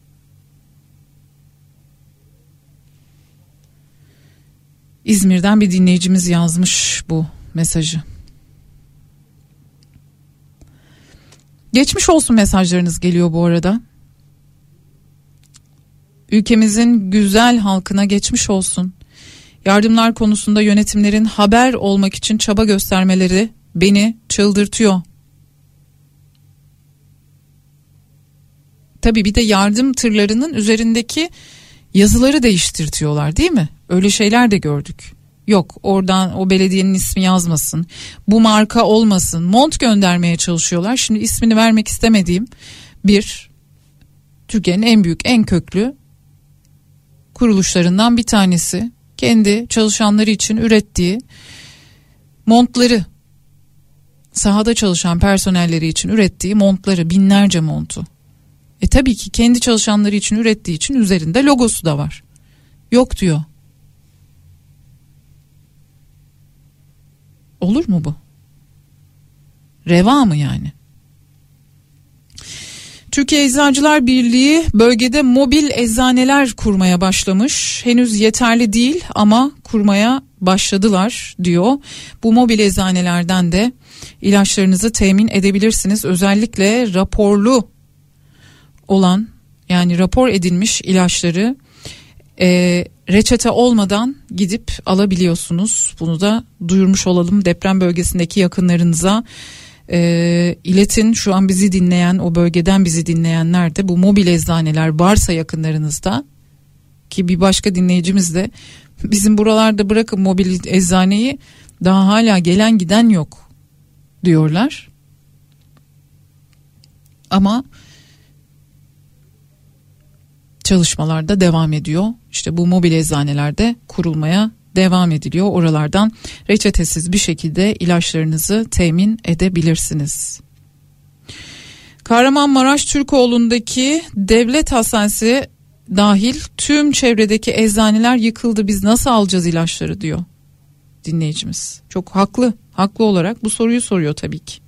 İzmir'den bir dinleyicimiz yazmış bu mesajı. Geçmiş olsun mesajlarınız geliyor bu arada. Ülkemizin güzel halkına geçmiş olsun. Yardımlar konusunda yönetimlerin haber olmak için çaba göstermeleri beni çıldırtıyor. Tabii bir de yardım tırlarının üzerindeki yazıları değiştirtiyorlar, değil mi? Öyle şeyler de gördük. Yok, oradan o belediyenin ismi yazmasın, bu marka olmasın, mont göndermeye çalışıyorlar. Şimdi ismini vermek istemediğim bir Türkiye'nin en büyük, en köklü kuruluşlarından bir tanesi kendi çalışanları için ürettiği montları, sahada çalışan personelleri için ürettiği montları, binlerce montu. E tabii ki kendi çalışanları için ürettiği için üzerinde logosu da var. Yok diyor. Olur mu bu? Reva mı yani? Türkiye Eczacılar Birliği bölgede mobil eczaneler kurmaya başlamış. Henüz yeterli değil ama kurmaya başladılar diyor. Bu mobil eczanelerden de ilaçlarınızı temin edebilirsiniz. Özellikle raporlu olan, yani rapor edilmiş ilaçları e, reçete olmadan gidip alabiliyorsunuz. Bunu da duyurmuş olalım deprem bölgesindeki yakınlarınıza. E, iletin şu an bizi dinleyen, o bölgeden bizi dinleyenler de bu mobil eczaneler varsa yakınlarınızda, ki bir başka dinleyicimiz de bizim buralarda bırakın mobil eczaneyi, daha hala gelen giden yok diyorlar. Ama çalışmalar da devam ediyor. İşte bu mobil eczanelerde kurulmaya devam ediliyor. Oralardan reçetesiz bir şekilde ilaçlarınızı temin edebilirsiniz. Kahramanmaraş Türkoğlu'ndaki devlet hastanesi dahil tüm çevredeki eczaneler yıkıldı. Biz nasıl alacağız ilaçları diyor dinleyicimiz. Çok haklı. Haklı olarak bu soruyu soruyor tabii ki.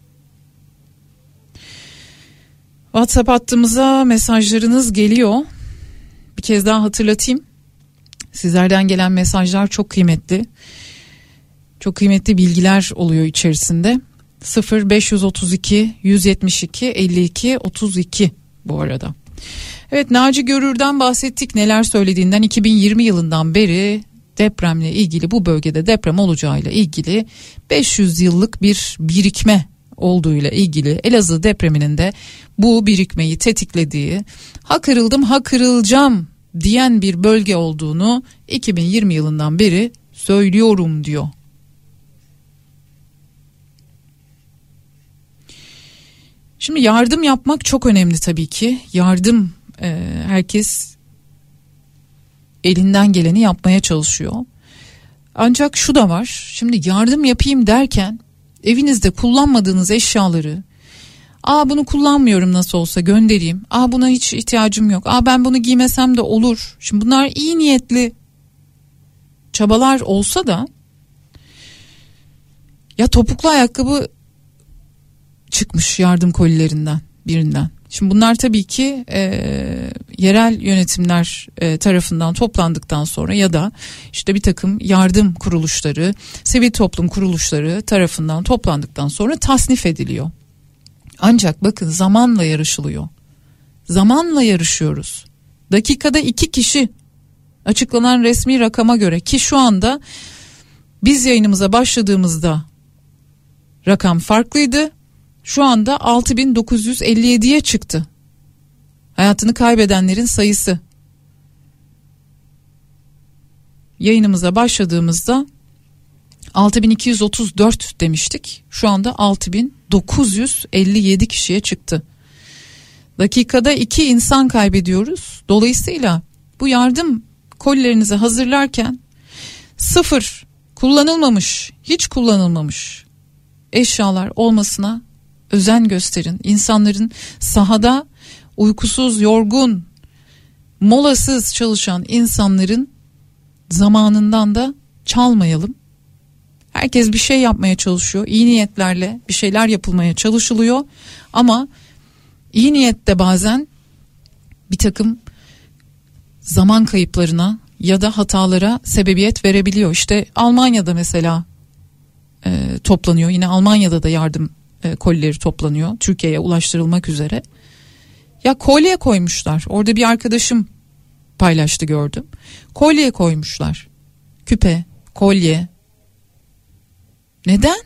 WhatsApp hattımıza mesajlarınız geliyor. Bir kez daha hatırlatayım. Sizlerden gelen mesajlar çok kıymetli. Çok kıymetli bilgiler oluyor içerisinde. sıfır beş otuz iki yüz yetmiş iki elli iki otuz iki bu arada. Evet, Naci Görür'den bahsettik, neler söylediğinden. iki bin yirmi yılından beri depremle ilgili, bu bölgede deprem olacağıyla ilgili beş yüz yıllık bir birikme olduğuyla ilgili, Elazığ depreminin de bu birikmeyi tetiklediği, ha kırıldım ha kırılacağım diyen bir bölge olduğunu iki bin yirmi yılından beri söylüyorum diyor. Şimdi yardım yapmak çok önemli tabii ki. Yardım, e, herkes elinden geleni yapmaya çalışıyor. Ancak şu da var. Şimdi yardım yapayım derken evinizde kullanmadığınız eşyaları, aa bunu kullanmıyorum nasıl olsa göndereyim, aa buna hiç ihtiyacım yok, aa ben bunu giymesem de olur. Şimdi bunlar iyi niyetli çabalar olsa da, ya topuklu ayakkabı çıkmış yardım kolilerinden birinden. Şimdi bunlar tabii ki e, yerel yönetimler e, tarafından toplandıktan sonra ya da işte bir takım yardım kuruluşları, sivil toplum kuruluşları tarafından toplandıktan sonra tasnif ediliyor. Ancak bakın, zamanla yarışılıyor. Zamanla yarışıyoruz. Dakikada iki kişi, açıklanan resmi rakama göre, ki şu anda biz yayınımıza başladığımızda rakam farklıydı. Şu anda altı bin dokuz yüz elli yediye çıktı hayatını kaybedenlerin sayısı. Yayınımıza başladığımızda altı bin iki yüz otuz dört demiştik. Şu anda altı bin dokuz yüz elli yedi kişiye çıktı. Dakikada iki insan kaybediyoruz. Dolayısıyla bu yardım kolilerinizi hazırlarken sıfır, kullanılmamış, hiç kullanılmamış eşyalar olmasına özen gösterin. İnsanların sahada uykusuz, yorgun, molasız çalışan insanların zamanından da çalmayalım. Herkes bir şey yapmaya çalışıyor. İyi niyetlerle bir şeyler yapılmaya çalışılıyor. Ama iyi niyette bazen bir takım zaman kayıplarına ya da hatalara sebebiyet verebiliyor. İşte Almanya'da mesela e, toplanıyor. Yine Almanya'da da yardım e, kolileri toplanıyor. Türkiye'ye ulaştırılmak üzere. Ya kolye koymuşlar. Orada bir arkadaşım paylaştı, gördüm. Kolye koymuşlar. Küpe, kolye. Neden?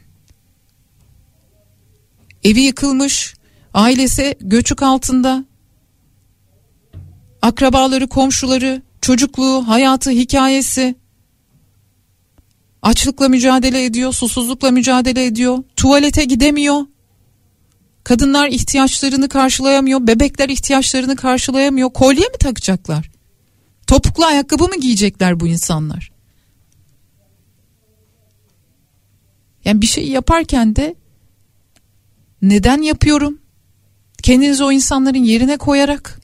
Evi yıkılmış, ailesi göçük altında. Akrabaları, komşuları, çocukluğu, hayatı, hikayesi. Açlıkla mücadele ediyor, susuzlukla mücadele ediyor. Tuvalete gidemiyor. Kadınlar ihtiyaçlarını karşılayamıyor, bebekler ihtiyaçlarını karşılayamıyor. Kolye mi takacaklar? Topuklu ayakkabı mı giyecekler bu insanlar? Yani bir şey yaparken de neden yapıyorum? Kendinizi o insanların yerine koyarak.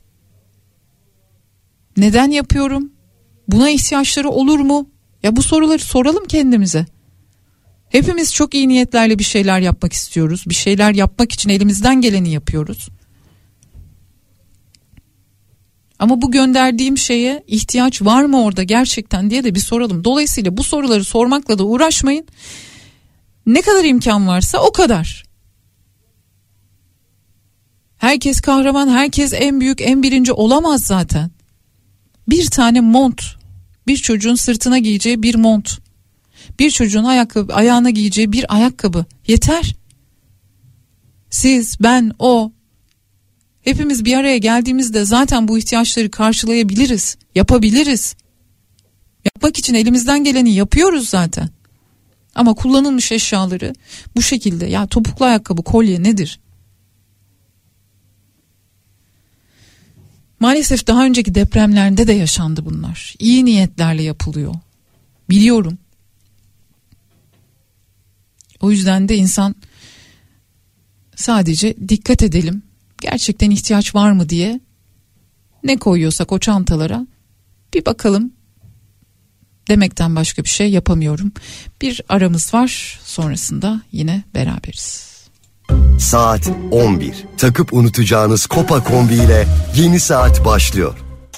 Neden yapıyorum? Buna ihtiyaçları olur mu? Ya bu soruları soralım kendimize. Hepimiz çok iyi niyetlerle bir şeyler yapmak istiyoruz. Bir şeyler yapmak için elimizden geleni yapıyoruz. Ama bu gönderdiğim şeye ihtiyaç var mı orada gerçekten diye de bir soralım. Dolayısıyla bu soruları sormakla da uğraşmayın. Ne kadar imkan varsa o kadar. Herkes kahraman, herkes en büyük, en birinci olamaz zaten. Bir tane mont, bir çocuğun sırtına giyeceği bir mont, bir çocuğun ayakkabı, ayağına giyeceği bir ayakkabı yeter. Siz, ben, o, hepimiz bir araya geldiğimizde zaten bu ihtiyaçları karşılayabiliriz, yapabiliriz. Yapmak için elimizden geleni yapıyoruz zaten. Ama kullanılmış eşyaları bu şekilde, ya topuklu ayakkabı, kolye nedir? Maalesef daha önceki depremlerde de yaşandı bunlar. İyi niyetlerle yapılıyor. Biliyorum. O yüzden de insan sadece dikkat edelim. Gerçekten ihtiyaç var mı diye ne koyuyorsak o çantalara bir bakalım demekten başka bir şey yapamıyorum. Bir aramız var, sonrasında yine beraberiz. Saat on bir. Takıp unutacağınız Kopa Kombi ile yeni saat başlıyor.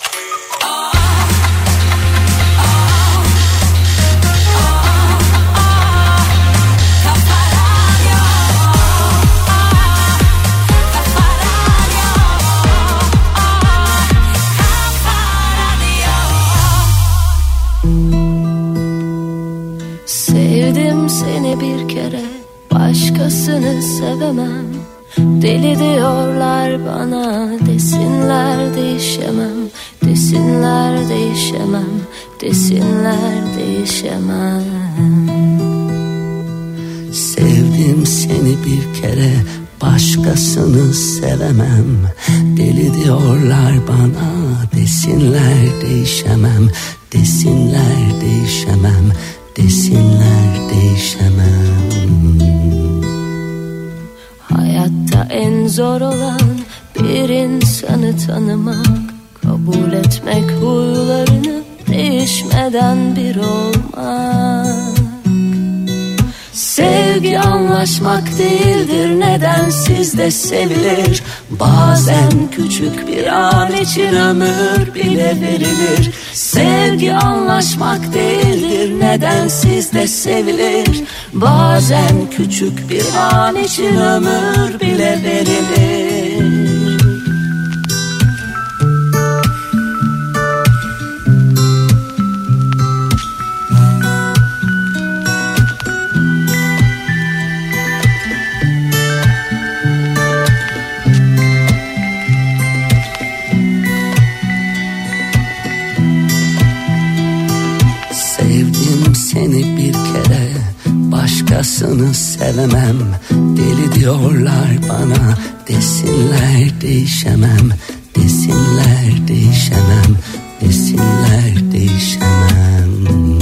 Sevdim seni bir kere, başkasını sevemem. Deli diyorlar bana, desinler değişemem. Desinler değişemem, desinler değişemem. Sevdim seni bir kere, başkasını sevemem. Deli diyorlar bana, desinler değişemem. Desinler değişemem, desinler değişemem. Hayatta en zor olan bir insanı tanımak, kabul etmek huylarını, değişmeden bir olmak. Sevgi anlaşmak değildir, nedensiz de sevilir. Bazen küçük bir an için ömür bile verilir. Sevgi anlaşmak değildir, nedensiz de sevilir. Bazen küçük bir an için ömür bile verilir. seni bir kere, başkasını sevemem. Deli diyorlar bana, desinler değişemem. Desinler değişemem, desinler değişemem.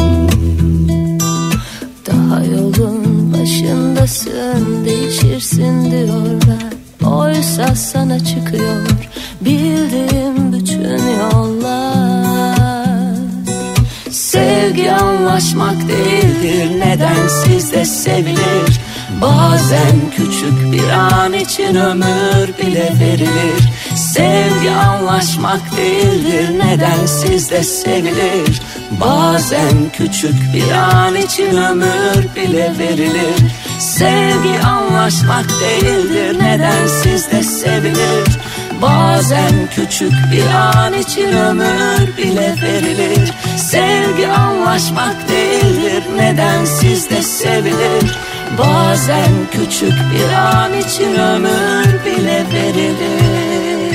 Daha yolun başındasın, değişirsin diyorlar. Oysa sana çıkıyor bildiğim bütün yollar. Sevgi anlaşmak değildir, neden sizde sevilir? Bazen küçük bir an için ömür bile verilir. Sevgi anlaşmak değildir, neden sizde sevilir? Bazen küçük bir an için ömür bile verilir. Sevgi anlaşmak değildir, neden sizde sevilir? Bazen küçük bir an için ömür bile verilir. Sevgi anlaşmak değildir, neden sizde sevilir? Bazen küçük bir an için ömür bile verilir.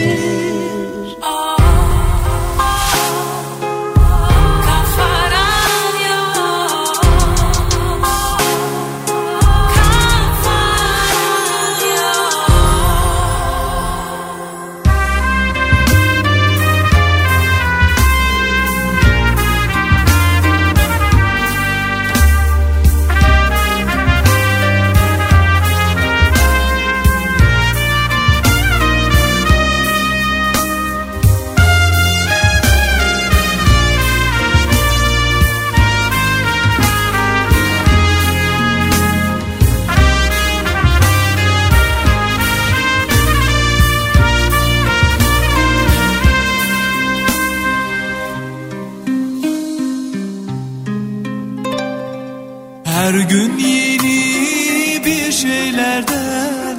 Her gün yeni bir şeylerden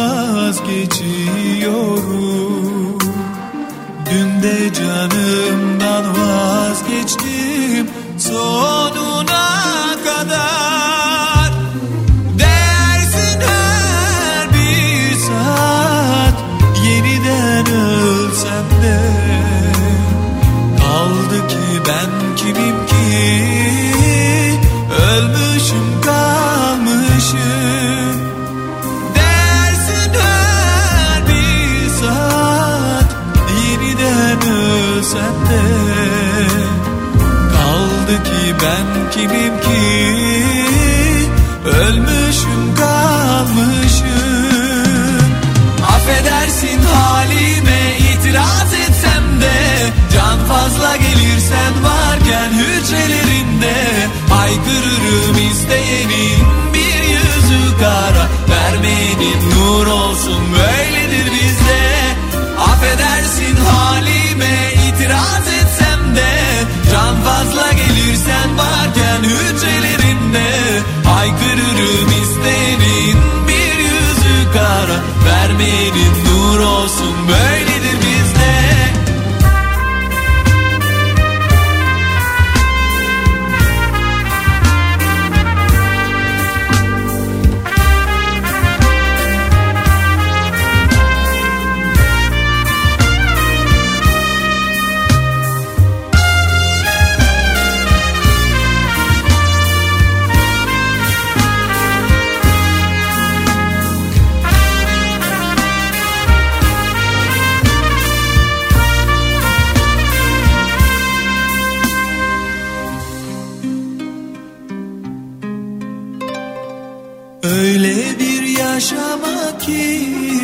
vazgeçiyorum. Dün de canımdan vazgeçtim sonuna kadar. Dersin her bir saat yeniden ölsem de, kaldı ki ben kimim ki? Ölmüşüm kalmışım. Dersin her bir saat yeniden ölsem de, kaldı ki ben kimim ki? Ölmüşüm kalmışım. Affedersin halime itiraz etsem de, can fazla gelirsen varken hücrelerinde, haykırırım isteyenin bir yüzü kara, vermeyenin nur olsun böyledir bizde. Affedersin halime itiraz etsem de, can fazla gelirsen varken hücrelerinde, haykırırım isteyenin bir yüzü kara, vermeyenin nur olsun böyledir bizde. Öyle bir yaşama ki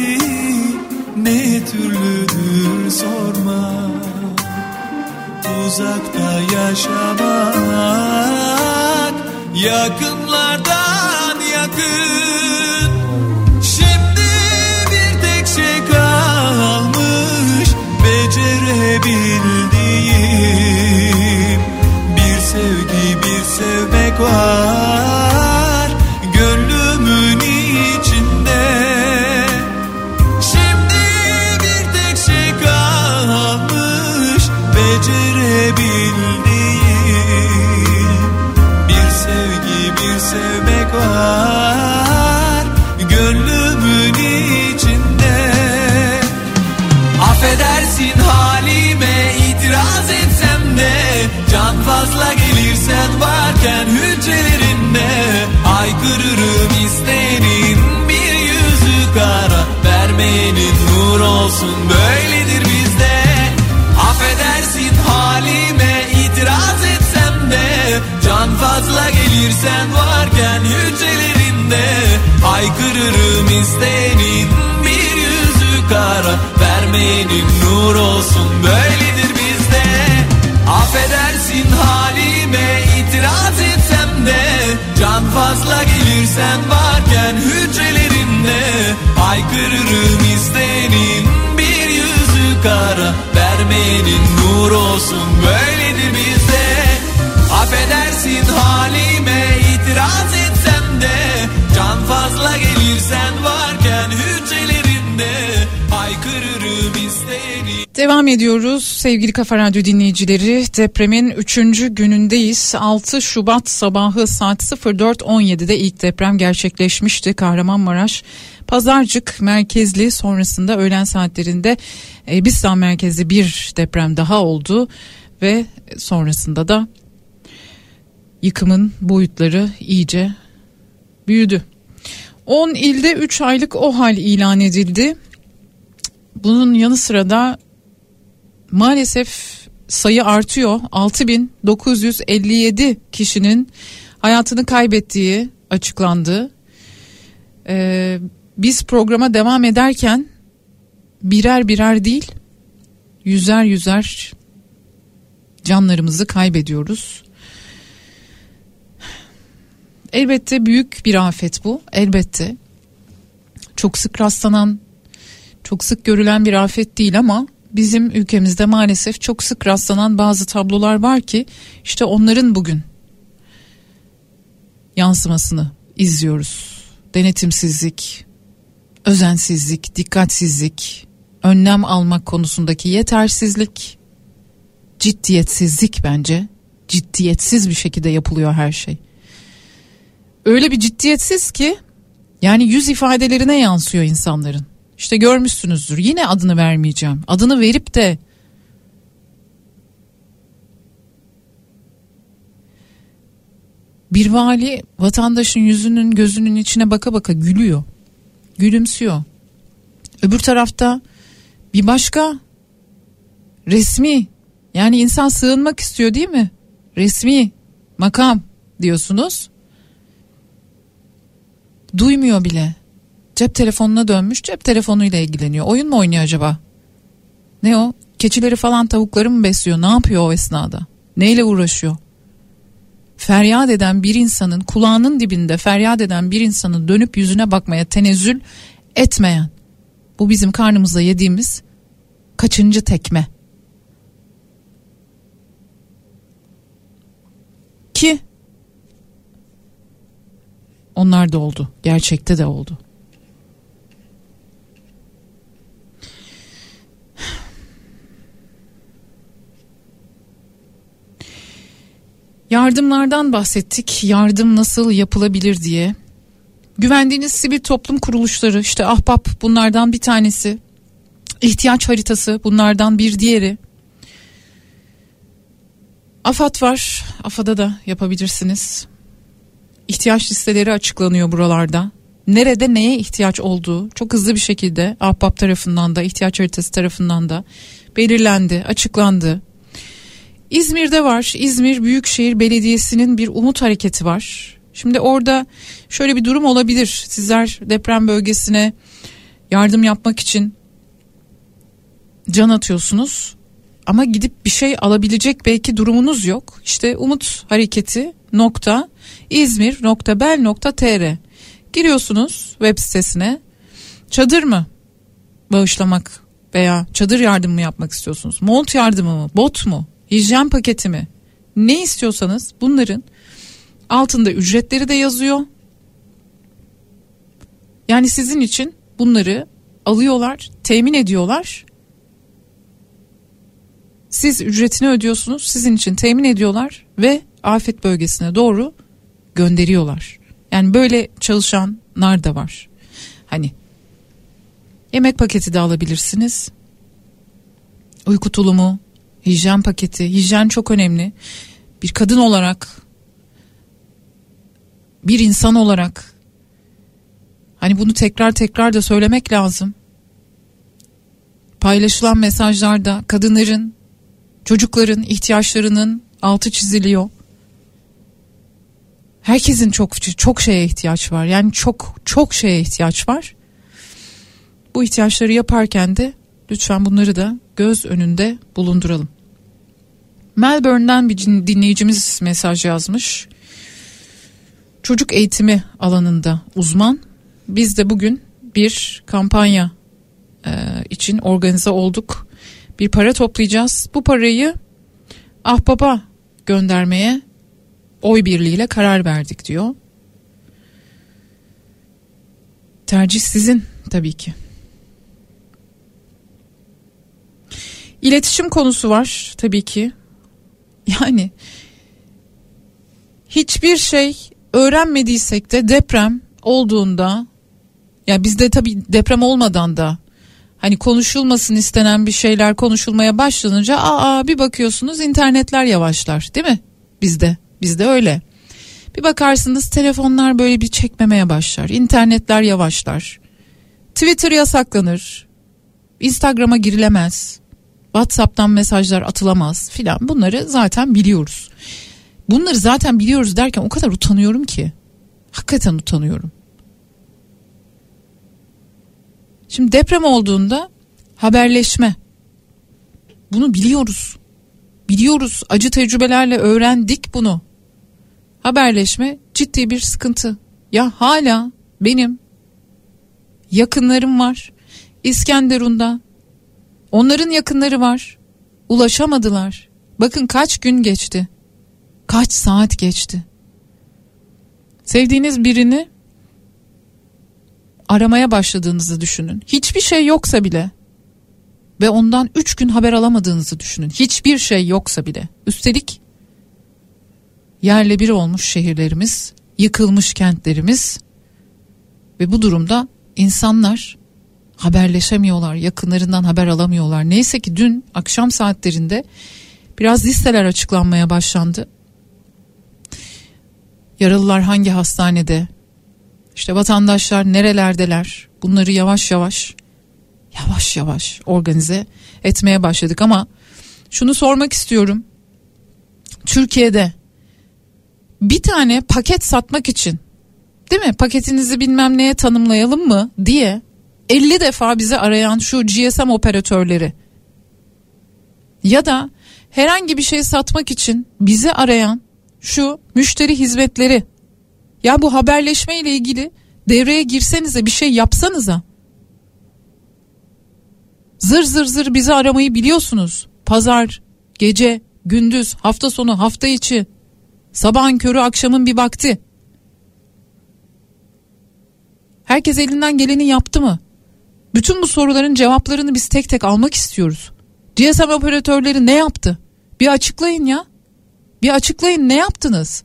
ne türlüdür sorma. Uzakta yaşamak, yakınlardan yakın. Şimdi bir tek şey kalmış becerebildiğim, bir sevgi bir sevmek var gönlümün içinde. Şimdi bir tek şey kalmış becerebildiğim, bir sevgi bir sevmek var gönlümün içinde. Affedersin halime itiraz etsem de, can fazla gelirsen varken hücre fazla gelirsen varken hücrelerinde haykırırım isteğinin bir yüzü kara, vermeyenin nur olsun, böyledir bizde. Affedersin halime itiraz etsem de, can fazla gelirsen varken hücrelerinde haykırırım isteğinin bir yüzü kara, vermeyenin nur olsun, böyledir bizde. Affedersin halime itiraz etsem de, can fazla gelirsen varken hücrelerinde haykırırım isteğini. Devam ediyoruz sevgili Kafa Radyo dinleyicileri. Depremin üçüncü günündeyiz. altı Şubat sabahı saat sıfır dört on yedide ilk deprem gerçekleşmişti. Kahramanmaraş Pazarcık merkezli, sonrasında öğlen saatlerinde e, Bistan merkezli bir deprem daha oldu ve sonrasında da yıkımın boyutları iyice büyüdü. on ilde üç aylık OHAL ilan edildi. Bunun yanı sıra da maalesef sayı artıyor. altı bin dokuz yüz elli yedi kişinin hayatını kaybettiği açıklandı. Ee, biz programa devam ederken birer birer değil, yüzer yüzer canlarımızı kaybediyoruz. Elbette büyük bir afet bu. Elbette çok sık rastlanan, çok sık görülen bir afet değil ama bizim ülkemizde maalesef çok sık rastlanan bazı tablolar var ki işte onların bugün yansımasını izliyoruz. Denetimsizlik, özensizlik, dikkatsizlik, önlem almak konusundaki yetersizlik, ciddiyetsizlik bence. Ciddiyetsiz bir şekilde yapılıyor her şey. Öyle bir ciddiyetsiz ki yani yüz ifadelerine yansıyor insanların. İşte görmüşsünüzdür, yine adını vermeyeceğim. Adını verip de bir vali vatandaşın yüzünün gözünün içine baka baka gülüyor. Gülümsüyor. Öbür tarafta bir başka resmi, yani insan sığınmak istiyor değil mi? Resmi makam diyorsunuz. Duymuyor bile. Cep telefonuna dönmüş, cep telefonuyla ilgileniyor. Oyun mu oynuyor acaba? Ne o? Keçileri falan, tavukları mı besliyor? Ne yapıyor o esnada? Neyle uğraşıyor? Feryat eden bir insanın, kulağının dibinde feryat eden bir insanın dönüp yüzüne bakmaya tenezzül etmeyen, bu bizim karnımızda yediğimiz kaçıncı tekme? Ki onlar da oldu. Gerçekte de oldu. Yardımlardan bahsettik. Yardım nasıl yapılabilir diye. Güvendiğiniz sivil toplum kuruluşları, işte Ahbap bunlardan bir tanesi. İhtiyaç haritası bunlardan bir diğeri. AFAD var. AFAD'a da yapabilirsiniz. İhtiyaç listeleri açıklanıyor buralarda. Nerede neye ihtiyaç olduğu çok hızlı bir şekilde Ahbap tarafından da, ihtiyaç haritası tarafından da belirlendi, açıklandı. İzmir'de var. İzmir Büyükşehir Belediyesi'nin bir umut hareketi var. Şimdi orada şöyle bir durum olabilir. Sizler deprem bölgesine yardım yapmak için can atıyorsunuz ama gidip bir şey alabilecek belki durumunuz yok. İşte umut hareketi nokta izmir nokta bel nokta tr giriyorsunuz web sitesine. Çadır mı bağışlamak veya çadır yardımı mı yapmak istiyorsunuz? Mont yardımı mı? Bot mu? Hijyen paketi mi? Ne istiyorsanız bunların altında ücretleri de yazıyor. Yani sizin için bunları alıyorlar, temin ediyorlar. Siz ücretini ödüyorsunuz, sizin için temin ediyorlar ve afet bölgesine doğru gönderiyorlar. Yani böyle çalışanlar da var. Hani yemek paketi de alabilirsiniz. Uyku tulumu, hijyen paketi. Hijyen çok önemli. Bir kadın olarak, bir insan olarak hani bunu tekrar tekrar da söylemek lazım. Paylaşılan mesajlarda kadınların, çocukların ihtiyaçlarının altı çiziliyor. Herkesin çok çok şeye ihtiyaç var. Yani çok çok şeye ihtiyaç var. Bu ihtiyaçları yaparken de lütfen bunları da göz önünde bulunduralım. Melbourne'den bir dinleyicimiz mesaj yazmış. Çocuk eğitimi alanında uzman. Biz de bugün bir kampanya e, için organize olduk. Bir para toplayacağız. Bu parayı Ahbap'a göndermeye oy birliğiyle karar verdik diyor. Tercih sizin tabii ki. İletişim konusu var tabii ki. Yani hiçbir şey öğrenmediysek de deprem olduğunda, ya bizde tabii deprem olmadan da hani konuşulmasın istenen bir şeyler konuşulmaya başlanınca aa bir bakıyorsunuz internetler yavaşlar, değil mi? Bizde bizde öyle. Bir bakarsınız telefonlar böyle bir çekmemeye başlar. İnternetler yavaşlar. Twitter yasaklanır. Instagram'a girilemez. WhatsApp'tan mesajlar atılamaz filan. Bunları zaten biliyoruz. Bunları zaten biliyoruz derken o kadar utanıyorum ki. Hakikaten utanıyorum. Şimdi deprem olduğunda haberleşme. Bunu biliyoruz. Biliyoruz. Acı tecrübelerle öğrendik bunu. Haberleşme ciddi bir sıkıntı. Ya hala benim yakınlarım var İskenderun'da. Onların yakınları var. Ulaşamadılar. Bakın kaç gün geçti. Kaç saat geçti. Sevdiğiniz birini aramaya başladığınızı düşünün. Hiçbir şey yoksa bile ve ondan üç gün haber alamadığınızı düşünün. Hiçbir şey yoksa bile. Üstelik yerle bir olmuş şehirlerimiz, yıkılmış kentlerimiz ve bu durumda insanlar haberleşemiyorlar, yakınlarından haber alamıyorlar. Neyse ki dün akşam saatlerinde biraz listeler açıklanmaya başlandı. Yaralılar hangi hastanede, işte vatandaşlar nerelerdeler, bunları yavaş yavaş yavaş yavaş organize etmeye başladık. Ama şunu sormak istiyorum, Türkiye'de bir tane paket satmak için, değil mi, paketinizi bilmem neye tanımlayalım mı diye elli defa bizi arayan şu G S M operatörleri ya da herhangi bir şey satmak için bizi arayan şu müşteri hizmetleri, ya bu haberleşme ile ilgili devreye girsenize, bir şey yapsanıza. Zır zır zır bizi aramayı biliyorsunuz. Pazar, gece, gündüz, hafta sonu, hafta içi, sabahın körü, akşamın bir vakti. Herkes elinden geleni yaptı mı? Bütün bu soruların cevaplarını biz tek tek almak istiyoruz. G S M operatörleri ne yaptı? Bir açıklayın ya. Bir açıklayın, ne yaptınız?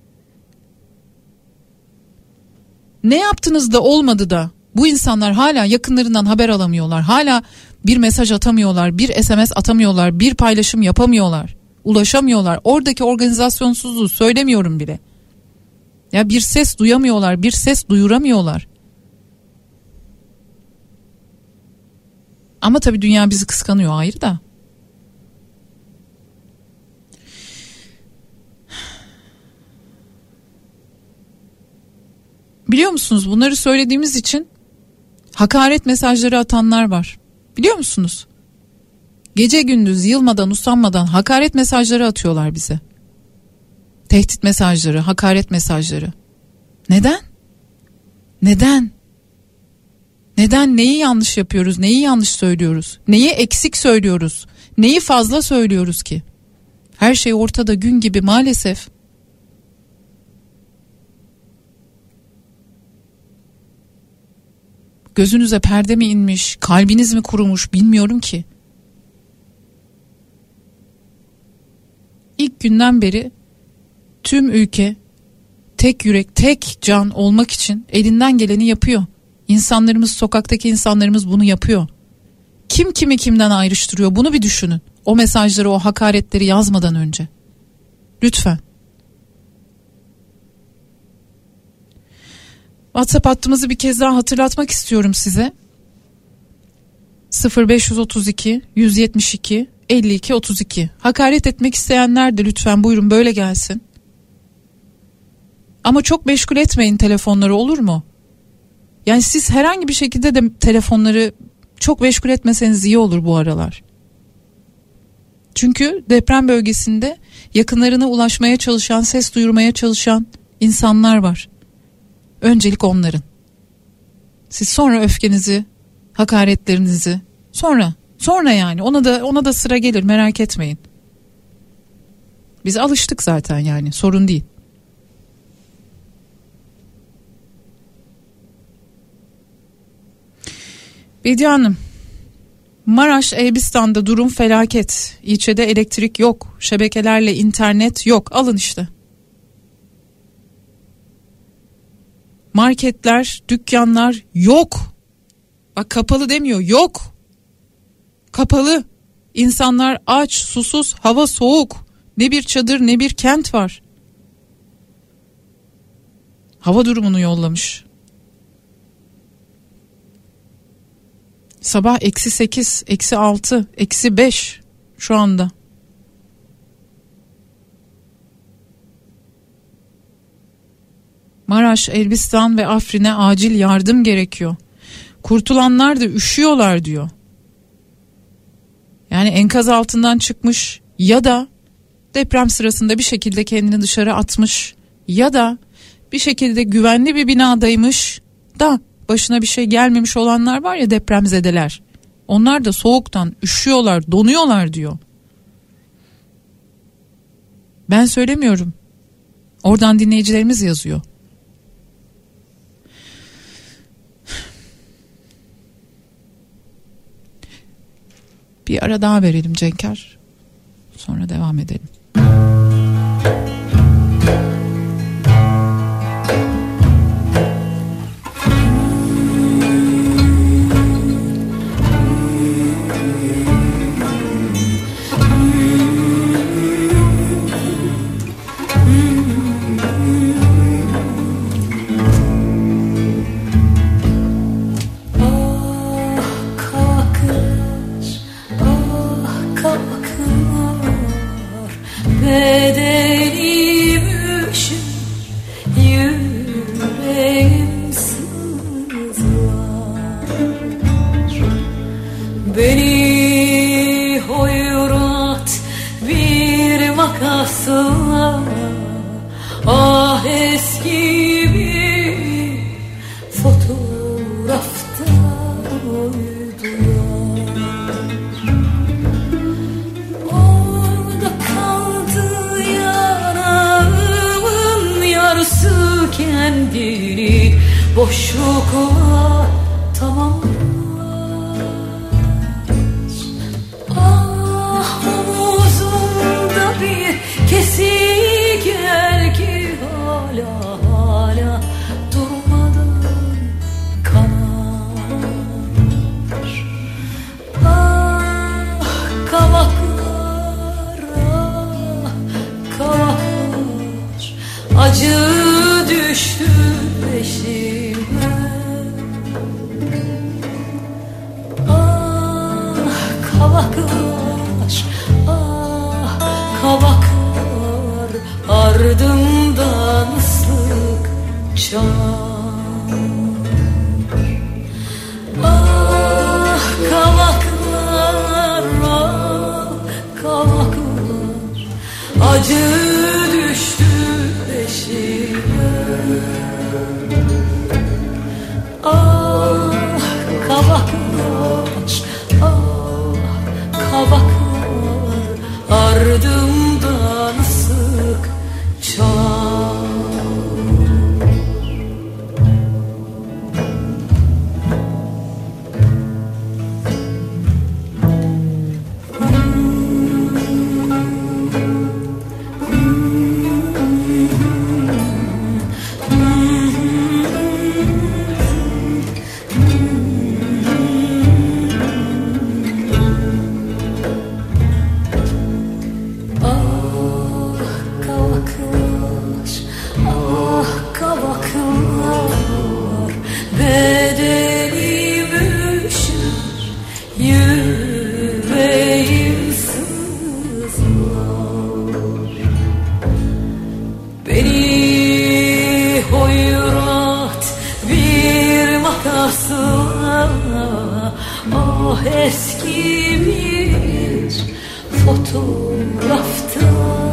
Ne yaptınız da olmadı da bu insanlar hala yakınlarından haber alamıyorlar. Hala bir mesaj atamıyorlar, bir S M S atamıyorlar, bir paylaşım yapamıyorlar. Ulaşamıyorlar. Oradaki organizasyonsuzluğu söylemiyorum bile. Ya bir ses duyamıyorlar, bir ses duyuramıyorlar. Ama tabii dünya bizi kıskanıyor, ayrı da. Biliyor musunuz, bunları söylediğimiz için hakaret mesajları atanlar var. Biliyor musunuz? Gece gündüz yılmadan usanmadan hakaret mesajları atıyorlar bize. Tehdit mesajları, hakaret mesajları. Neden? Neden? Neden? Neyi yanlış yapıyoruz? Neyi yanlış söylüyoruz? Neyi eksik söylüyoruz? Neyi fazla söylüyoruz ki? Her şey ortada gün gibi maalesef. Gözünüze perde mi inmiş, kalbiniz mi kurumuş bilmiyorum ki. İlk günden beri tüm ülke tek yürek, tek can olmak için elinden geleni yapıyor. İnsanlarımız, sokaktaki insanlarımız bunu yapıyor. Kim kimi kimden ayrıştırıyor, bunu bir düşünün. O mesajları, o hakaretleri yazmadan önce. Lütfen. WhatsApp hattımızı bir kez daha hatırlatmak istiyorum size. sıfır beş otuz iki yüz yetmiş iki elli iki otuz iki. Hakaret etmek isteyenler de lütfen buyurun böyle gelsin. Ama çok meşgul etmeyin telefonları, olur mu? Yani siz herhangi bir şekilde de telefonları çok meşgul etmeseniz iyi olur bu aralar. Çünkü deprem bölgesinde yakınlarına ulaşmaya çalışan, ses duyurmaya çalışan insanlar var. Öncelik onların. Siz sonra öfkenizi, hakaretlerinizi sonra sonra yani ona da ona da sıra gelir, merak etmeyin. Biz alıştık zaten, yani sorun değil. Bediye Hanım, Maraş Elbistan'da durum felaket. İlçede elektrik yok, şebekelerle internet yok. Alın işte. Marketler, dükkanlar yok. Bak, kapalı demiyor, yok. Kapalı. İnsanlar aç, susuz, hava soğuk. Ne bir çadır ne bir kent var. Hava durumunu yollamış. Sabah eksi sekiz, eksi altı, eksi beş şu anda. Maraş, Elbistan ve Afrin'e acil yardım gerekiyor. Kurtulanlar da üşüyorlar diyor. Yani enkaz altından çıkmış ya da deprem sırasında bir şekilde kendini dışarı atmış ya da bir şekilde güvenli bir binadaymış da başına bir şey gelmemiş olanlar var ya, depremzedeler. Onlar da soğuktan üşüyorlar, donuyorlar diyor. Ben söylemiyorum. Oradan dinleyicilerimiz yazıyor. Bir ara daha verelim Cenker. Sonra devam edelim. boşlukla tamamlar. Ah, omuzumda bir kesik yer ki hala hala durmadan kanar. Ah, kavaklar, ah, kavaklar, acı düştü peşime. Ah, kavaklar, ah, kavaklar, ardımdan ıslık çal. Ah, kavaklar, ah, kavaklar, acı düştü peşime. Ah, kavaklar, ah, kavaklar, ardımdan sık çal. Mm-hmm. hoyrat bir makasla ah eski bir fotoğrafta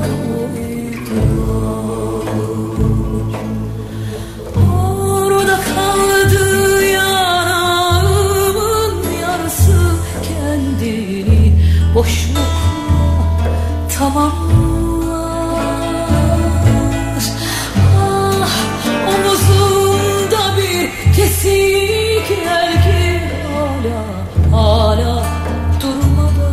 orada kaldı yanağımın yarısı kendini boşlukla tamamlar ah omuzumda bir kesik el ki hala hala durmadan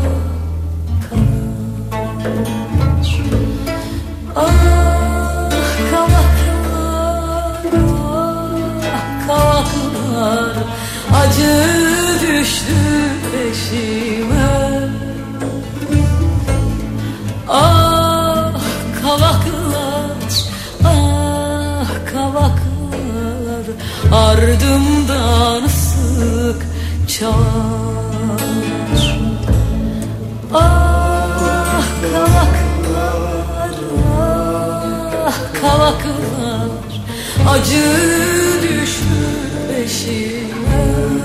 ah kavaklar ah kavaklar acı düştü peşime ah kavaklar ah kavaklar ardımdan sık çalar ah kavaklar ah kavaklar acı düştü peşime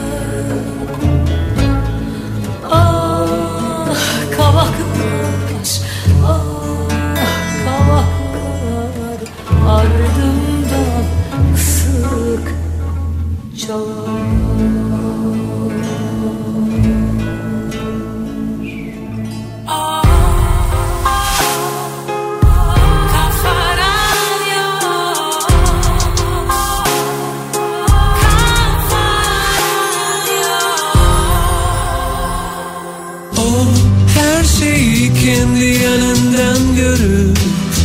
ah kavaklar ah kavaklar ardımdan sık çalar. Kendi yanından görür,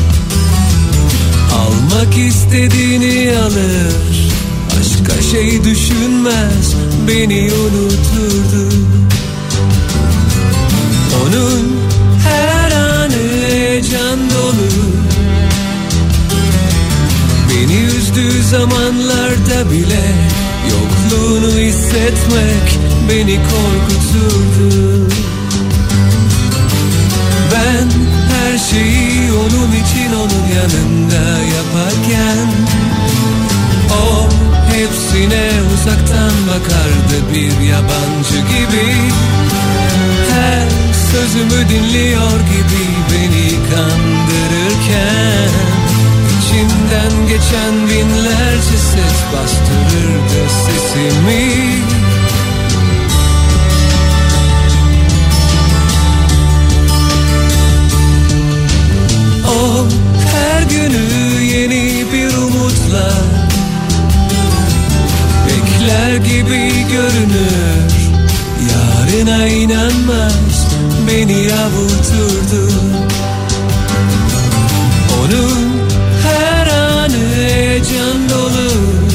almak istediğini alır, başka şey düşünmez, beni unuturdu. Onun her anı heyecan dolu, beni üzdüğü zamanlarda bile yokluğunu hissetmek beni korkuturdu. Ben her şeyi onun için onun yanında yaparken o hepsine uzaktan bakardı bir yabancı gibi. Her sözümü dinliyor gibi beni kandırırken içinden geçen binlerce ses bastırırdı sesimi. O her günü yeni bir umutla bekler gibi görünür, yarına inanmaz, beni avuturdu. Onun her anı heyecan dolu,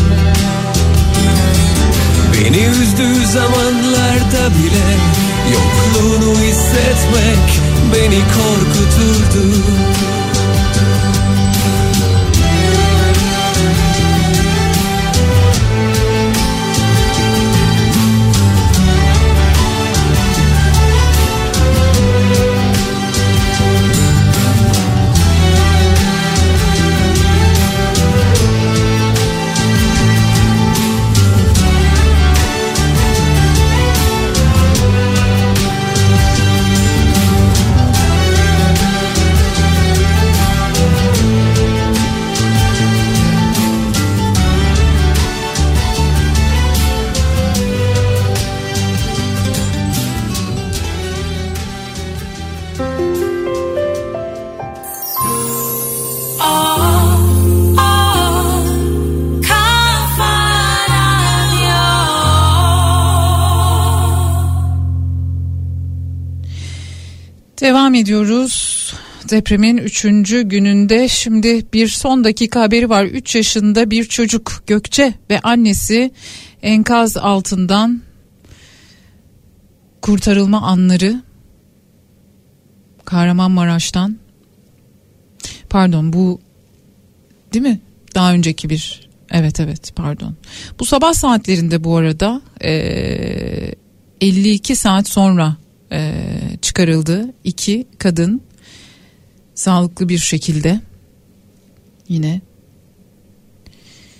beni üzdüğü zamanlarda bile yokluğunu hissetmek beni korkuturdu. Devam ediyoruz. Depremin üçüncü gününde şimdi bir son dakika haberi var. üç yaşında bir çocuk Gökçe ve annesi enkaz altından kurtarılma anları. Kahramanmaraş'tan. Pardon, bu değil mi? Daha önceki bir. Evet evet pardon. Bu sabah saatlerinde bu arada e, elli iki saat sonra e, çıkarıldı. İki kadın sağlıklı bir şekilde yine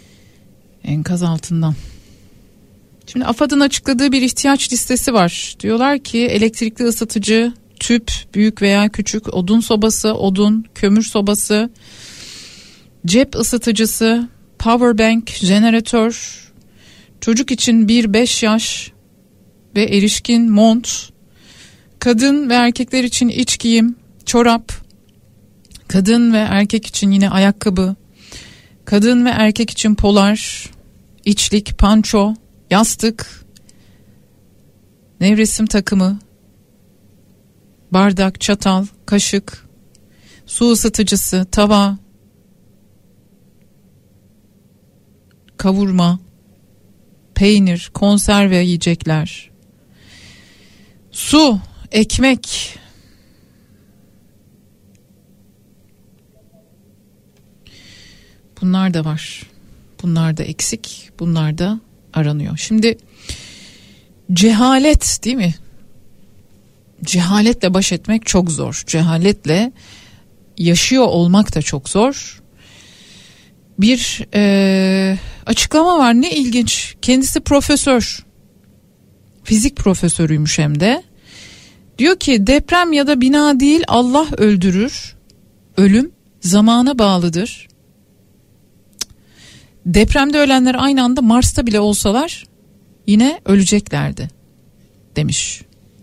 enkaz altından. Şimdi AFAD'ın açıkladığı bir ihtiyaç listesi var. Diyorlar ki elektrikli ısıtıcı, tüp, büyük veya küçük, odun sobası, odun, kömür sobası, cep ısıtıcısı, power bank, jeneratör, çocuk için bir beş yaş ve erişkin mont, kadın ve erkekler için iç giyim, çorap, kadın ve erkek için yine ayakkabı, kadın ve erkek için polar, içlik, panço, yastık, nevresim takımı, bardak, çatal, kaşık, su ısıtıcısı, tava, kavurma, peynir, konserve yiyecekler, su, ekmek, bunlar da var. Bunlar da eksik, bunlar da aranıyor. Şimdi cehalet, değil mi? Cehaletle baş etmek çok zor. Cehaletle yaşıyor olmak da çok zor. Bir e, açıklama var, ne ilginç. Kendisi profesör. Fizik profesörüymüş hem de. Diyor ki deprem ya da bina değil, Allah öldürür. Ölüm zamana bağlıdır. Depremde ölenler aynı anda Mars'ta bile olsalar yine öleceklerdi demiş.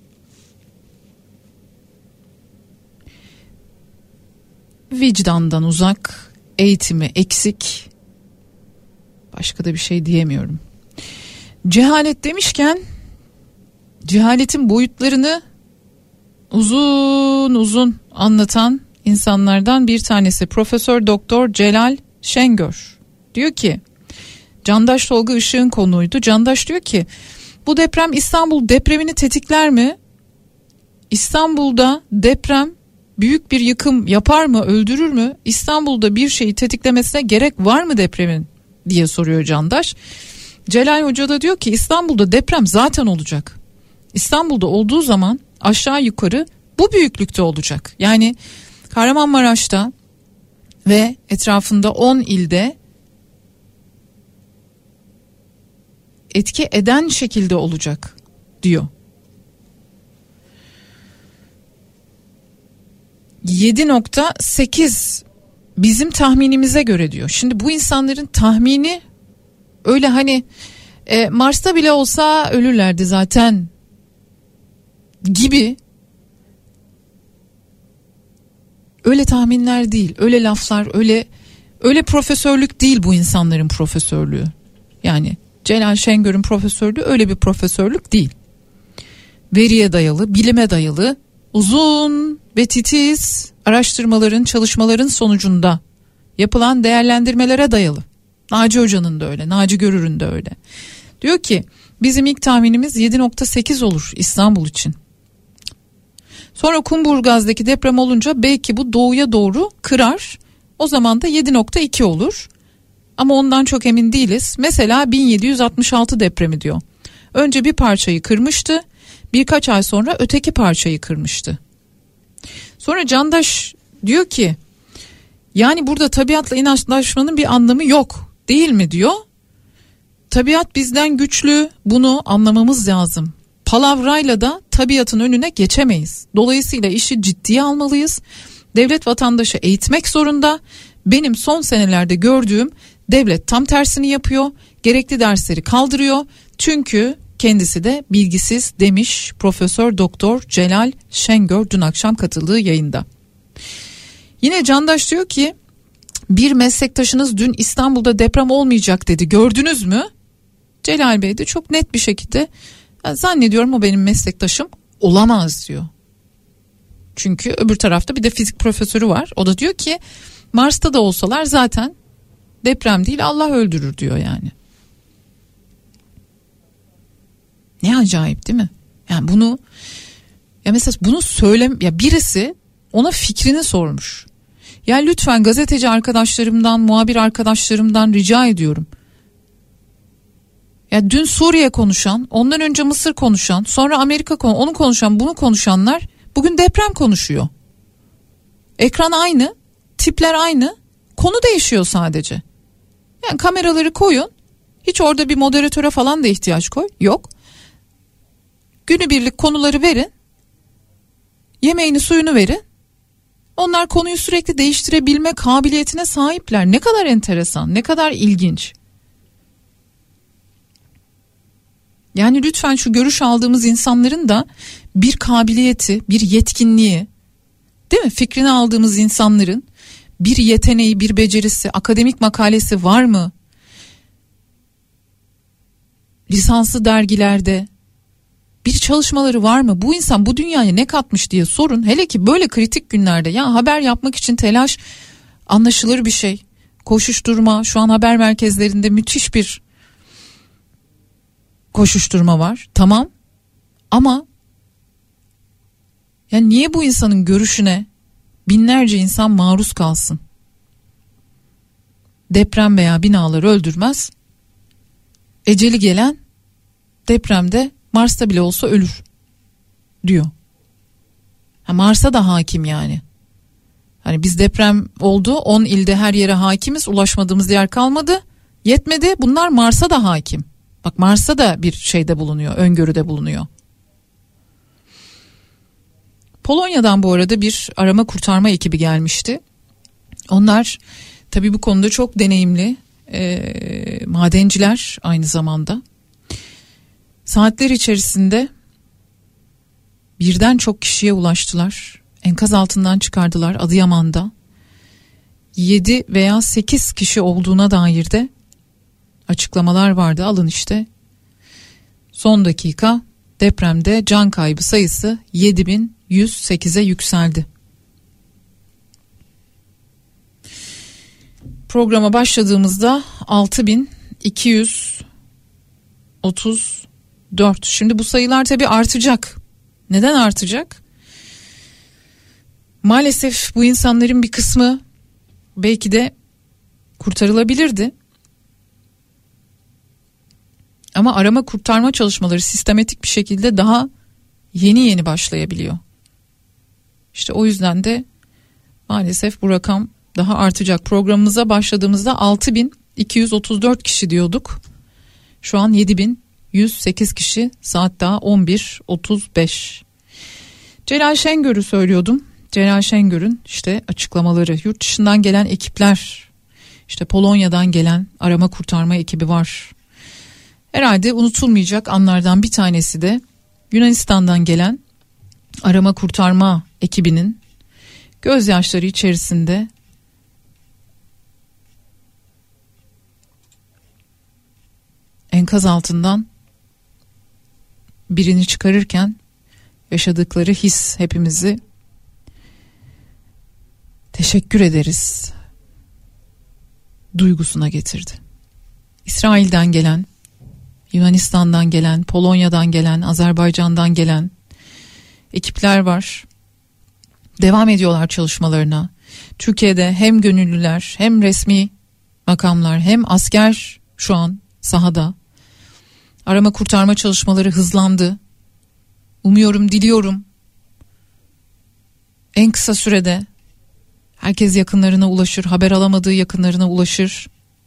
Vicdandan uzak, eğitimi eksik. Başka da bir şey diyemiyorum. Cehalet demişken cehaletin boyutlarını uzun uzun anlatan insanlardan bir tanesi Profesör Doktor Celal Şengör. Diyor ki, Candaş Tolga Işık'ın konuydu. Candaş diyor ki bu deprem İstanbul depremini tetikler mi? İstanbul'da deprem büyük bir yıkım yapar mı, öldürür mü? İstanbul'da bir şeyi tetiklemesine gerek var mı depremin diye soruyor Candaş. Celal Hoca da diyor ki İstanbul'da deprem zaten olacak. İstanbul'da olduğu zaman aşağı yukarı bu büyüklükte olacak. Yani Kahramanmaraş'ta ve etrafında on ilde etki eden şekilde olacak diyor. yedi nokta sekiz bizim tahminimize göre diyor. Şimdi bu insanların tahmini öyle hani e, Mars'ta bile olsa ölürlerdi zaten gibi, öyle tahminler değil, öyle laflar, öyle öyle profesörlük değil bu insanların profesörlüğü. Yani Celal Şengör'ün profesörlüğü öyle bir profesörlük değil. Veriye dayalı, bilime dayalı, uzun ve titiz araştırmaların, çalışmaların sonucunda yapılan değerlendirmelere dayalı. Naci Hoca'nın da öyle, Naci Görür'ün de öyle. Diyor ki bizim ilk tahminimiz yedi nokta sekiz olur İstanbul için. Sonra Kumburgaz'daki deprem olunca belki bu doğuya doğru kırar. O zaman da yedi nokta iki olur. Ama ondan çok emin değiliz. Mesela bin yedi yüz altmış altı depremi diyor. Önce bir parçayı kırmıştı. Birkaç ay sonra öteki parçayı kırmıştı. Sonra Candaş diyor ki yani burada tabiatla inatlaşmanın bir anlamı yok değil mi diyor. Tabiat bizden güçlü, bunu anlamamız lazım. Palavrayla da tabiatın önüne geçemeyiz. Dolayısıyla işi ciddiye almalıyız. Devlet vatandaşı eğitmek zorunda. Benim son senelerde gördüğüm devlet tam tersini yapıyor. Gerekli dersleri kaldırıyor. Çünkü kendisi de bilgisiz demiş Profesör Doktor Celal Şengör dün akşam katıldığı yayında. Yine Candaş diyor ki bir meslektaşınız dün İstanbul'da deprem olmayacak dedi, gördünüz mü? Celal Bey de çok net bir şekilde zannediyorum o benim meslektaşım olamaz diyor. Çünkü öbür tarafta bir de fizik profesörü var. O da diyor ki Mars'ta da olsalar zaten deprem değil Allah öldürür diyor yani. Ne acayip değil mi? Yani bunu ya mesela bunu söylem ya birisi ona fikrini sormuş. Ya lütfen gazeteci arkadaşlarımdan, muhabir arkadaşlarımdan rica ediyorum. Ya dün Suriye konuşan, ondan önce Mısır konuşan, sonra Amerika konu, onu konuşan, bunu konuşanlar bugün deprem konuşuyor. Ekran aynı, tipler aynı, konu değişiyor sadece. Yani kameraları koyun, Hiç orada bir moderatöre falan da ihtiyaç koy. Yok. Günübirlik konuları verin. Yemeğini suyunu verin. Onlar konuyu sürekli değiştirebilme kabiliyetine sahipler. Ne kadar enteresan, ne kadar ilginç. Yani lütfen şu görüş aldığımız insanların da bir kabiliyeti, bir yetkinliği, değil mi? Fikrini aldığımız insanların bir yeteneği, bir becerisi, akademik makalesi var mı? Lisanslı dergilerde bir çalışmaları var mı? Bu insan bu dünyaya ne katmış diye sorun. Hele ki böyle kritik günlerde, ya haber yapmak için telaş anlaşılır bir şey. Koşuşturma, şu an haber merkezlerinde müthiş bir koşuşturma var. Tamam. Ama yani niye bu insanın görüşüne binlerce insan maruz kalsın? Deprem veya binaları öldürmez. Eceli gelen depremde Mars'ta bile olsa ölür diyor. Ha, Mars'a da hakim yani. Hani biz deprem oldu, on ilde her yere hakimiz, ulaşmadığımız yer kalmadı. Yetmedi, bunlar Mars'a da hakim. Bak, Mars'a da bir şeyde bulunuyor, öngörüde bulunuyor. Polonya'dan bu arada bir arama kurtarma ekibi gelmişti. Onlar tabii bu konuda çok deneyimli e, madenciler aynı zamanda. Saatler içerisinde birden çok kişiye ulaştılar. Enkaz altından çıkardılar Adıyaman'da. yedi veya sekiz kişi olduğuna dair de açıklamalar vardı. Alın işte. Son dakika depremde can kaybı sayısı yedi bin yüz sekize yükseldi. Programa başladığımızda altı bin iki yüz otuz dört. Şimdi bu sayılar tabii artacak. Neden artacak? Maalesef bu insanların bir kısmı belki de kurtarılabilirdi. Ama arama kurtarma çalışmaları sistematik bir şekilde daha yeni yeni başlayabiliyor. İşte o yüzden de maalesef bu rakam daha artacak. Programımıza başladığımızda altı bin iki yüz otuz dört kişi diyorduk. Şu an yedi bin yüz sekiz kişi, saat daha on bir otuz beş. Celal Şengör'ü söylüyordum. Celal Şengör'ün işte açıklamaları, yurt dışından gelen ekipler, işte Polonya'dan gelen arama kurtarma ekibi var. Herhalde unutulmayacak anlardan bir tanesi de Yunanistan'dan gelen arama kurtarma ekibinin gözyaşları içerisinde enkaz altından birini çıkarırken yaşadıkları his hepimizi teşekkür ederiz duygusuna getirdi. İsrail'den gelen, Yunanistan'dan gelen, Polonya'dan gelen, Azerbaycan'dan gelen ekipler var. Devam ediyorlar çalışmalarına. Türkiye'de hem gönüllüler, hem resmi makamlar, hem asker şu an sahada. Arama kurtarma çalışmaları hızlandı. Umuyorum, diliyorum en kısa sürede herkes yakınlarına ulaşır, haber alamadığı yakınlarına ulaşır.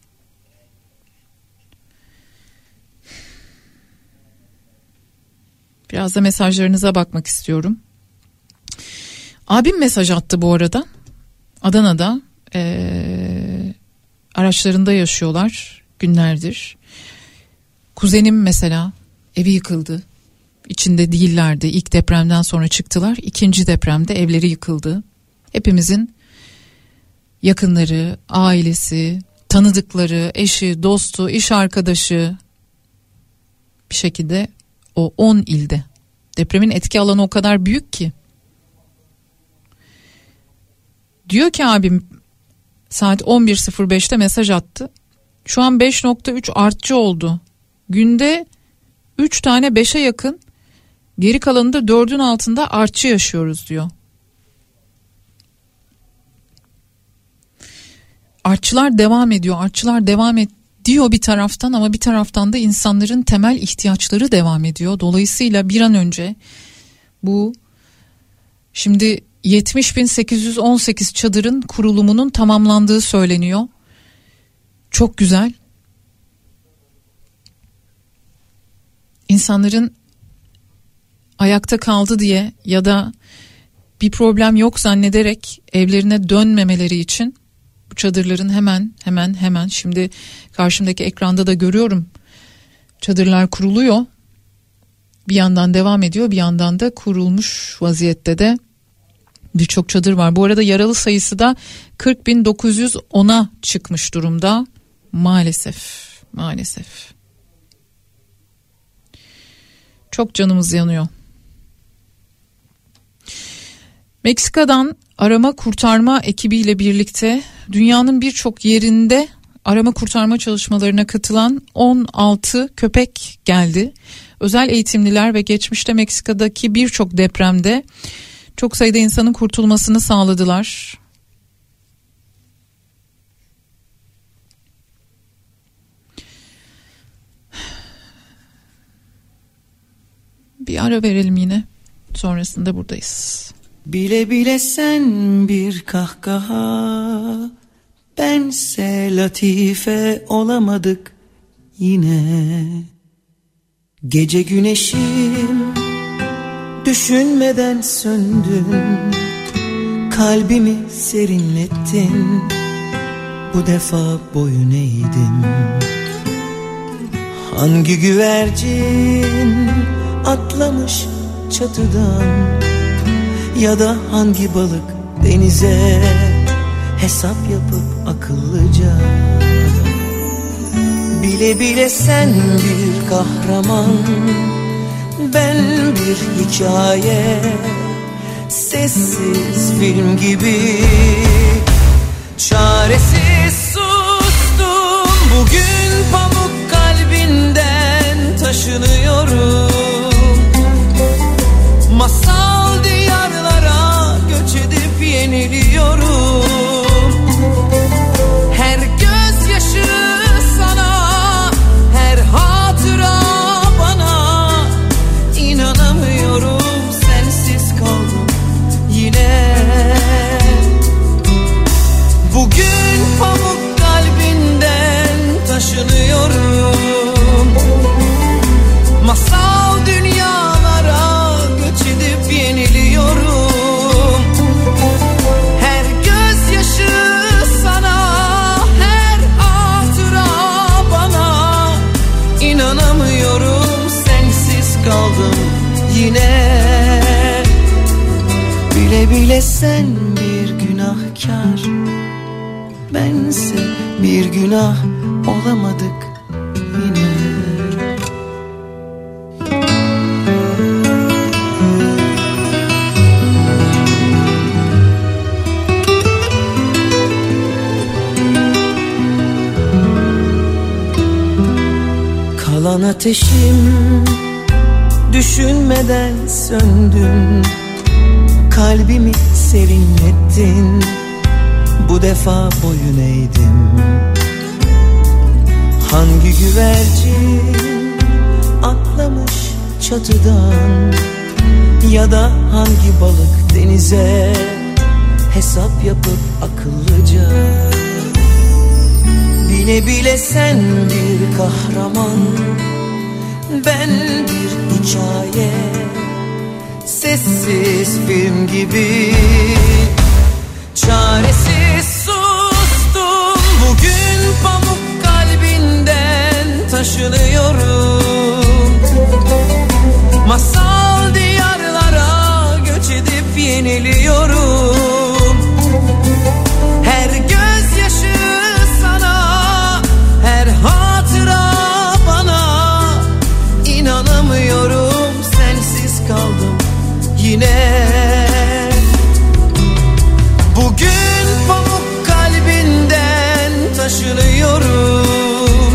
Biraz da mesajlarınıza bakmak istiyorum. Abim mesaj attı bu arada. Adana'da ee, araçlarında yaşıyorlar günlerdir. Kuzenim mesela evi yıkıldı. İçinde değillerdi. İlk depremden sonra çıktılar. İkinci depremde evleri yıkıldı. Hepimizin yakınları, ailesi, tanıdıkları, eşi, dostu, iş arkadaşı bir şekilde o on ilde. Depremin etki alanı o kadar büyük ki. Diyor ki abim saat on bir sıfır beşte mesaj attı. Şu an beş nokta üç artçı oldu. Günde üç tane beşe yakın, geri kalanında dördün altında artçı yaşıyoruz diyor. Artçılar devam ediyor. Artçılar devam ediyor bir taraftan, ama bir taraftan da insanların temel ihtiyaçları devam ediyor. Dolayısıyla bir an önce bu şimdi yetmiş bin sekiz yüz on sekiz çadırın kurulumunun tamamlandığı söyleniyor. Çok güzel. insanların ayakta kaldı diye ya da bir problem yok zannederek evlerine dönmemeleri için bu çadırların hemen hemen hemen şimdi karşımdaki ekranda da görüyorum, çadırlar kuruluyor. Bir yandan devam ediyor, bir yandan da kurulmuş vaziyette de birçok çadır var. Bu arada yaralı sayısı da kırk bin dokuz yüz ona çıkmış durumda maalesef. Maalesef. Çok canımız yanıyor. Meksika'dan arama kurtarma ekibiyle birlikte dünyanın birçok yerinde arama kurtarma çalışmalarına katılan on altı köpek geldi. Özel eğitimliler ve geçmişte Meksika'daki birçok depremde çok sayıda insanın kurtulmasını sağladılar. Bir ara verelim yine. Sonrasında buradayız. Bile bile sen bir kahkaha, bense latife olamadık yine. Gece güneşim düşünmeden söndün, kalbimi serinlettin, bu defa boyun eğdim. Hangi güvercin atlamış çatıdan, ya da hangi balık denize hesap yapıp akıllıca. Bile bile sen bir kahraman, ben bir hikaye, sessiz film gibi. Çaresiz sustum, bugün pamuk kalbinden taşınıyorum. Masal diyarlara göç edip yeniliyorum. Her gözyaşı sana, her hatıra bana. İnanamıyorum, sensiz kaldım yine. Bugün pamuk kalbinden taşınıyorum. Masal dünyalara göç edip yeniliyorum. Her gözyaşı sana, her hatıra bana. İnanamıyorum, sensiz kaldım yine. Bile bile sen bir günahkar, bense bir günah olamadık yine. Kalan ateşim düşünmeden söndün, kalbimi serinlettin, bu defa boyun eğdim. Hangi güvercin atlamış çatıdan, ya da hangi balık denize hesap yapıp akıllıca. Bile bile sen bir kahraman, ben bir hikaye, sessiz film gibi. Çaresiz sustum, bugün pamuk kalbinden taşınıyorum. Masal diyarlara göç edip yeniliyorum. Her gözyaşı sana, her hatıra bana. İnanamıyorum, sensiz kaldım yine. Bugün pamuk kalbinden taşınıyorum.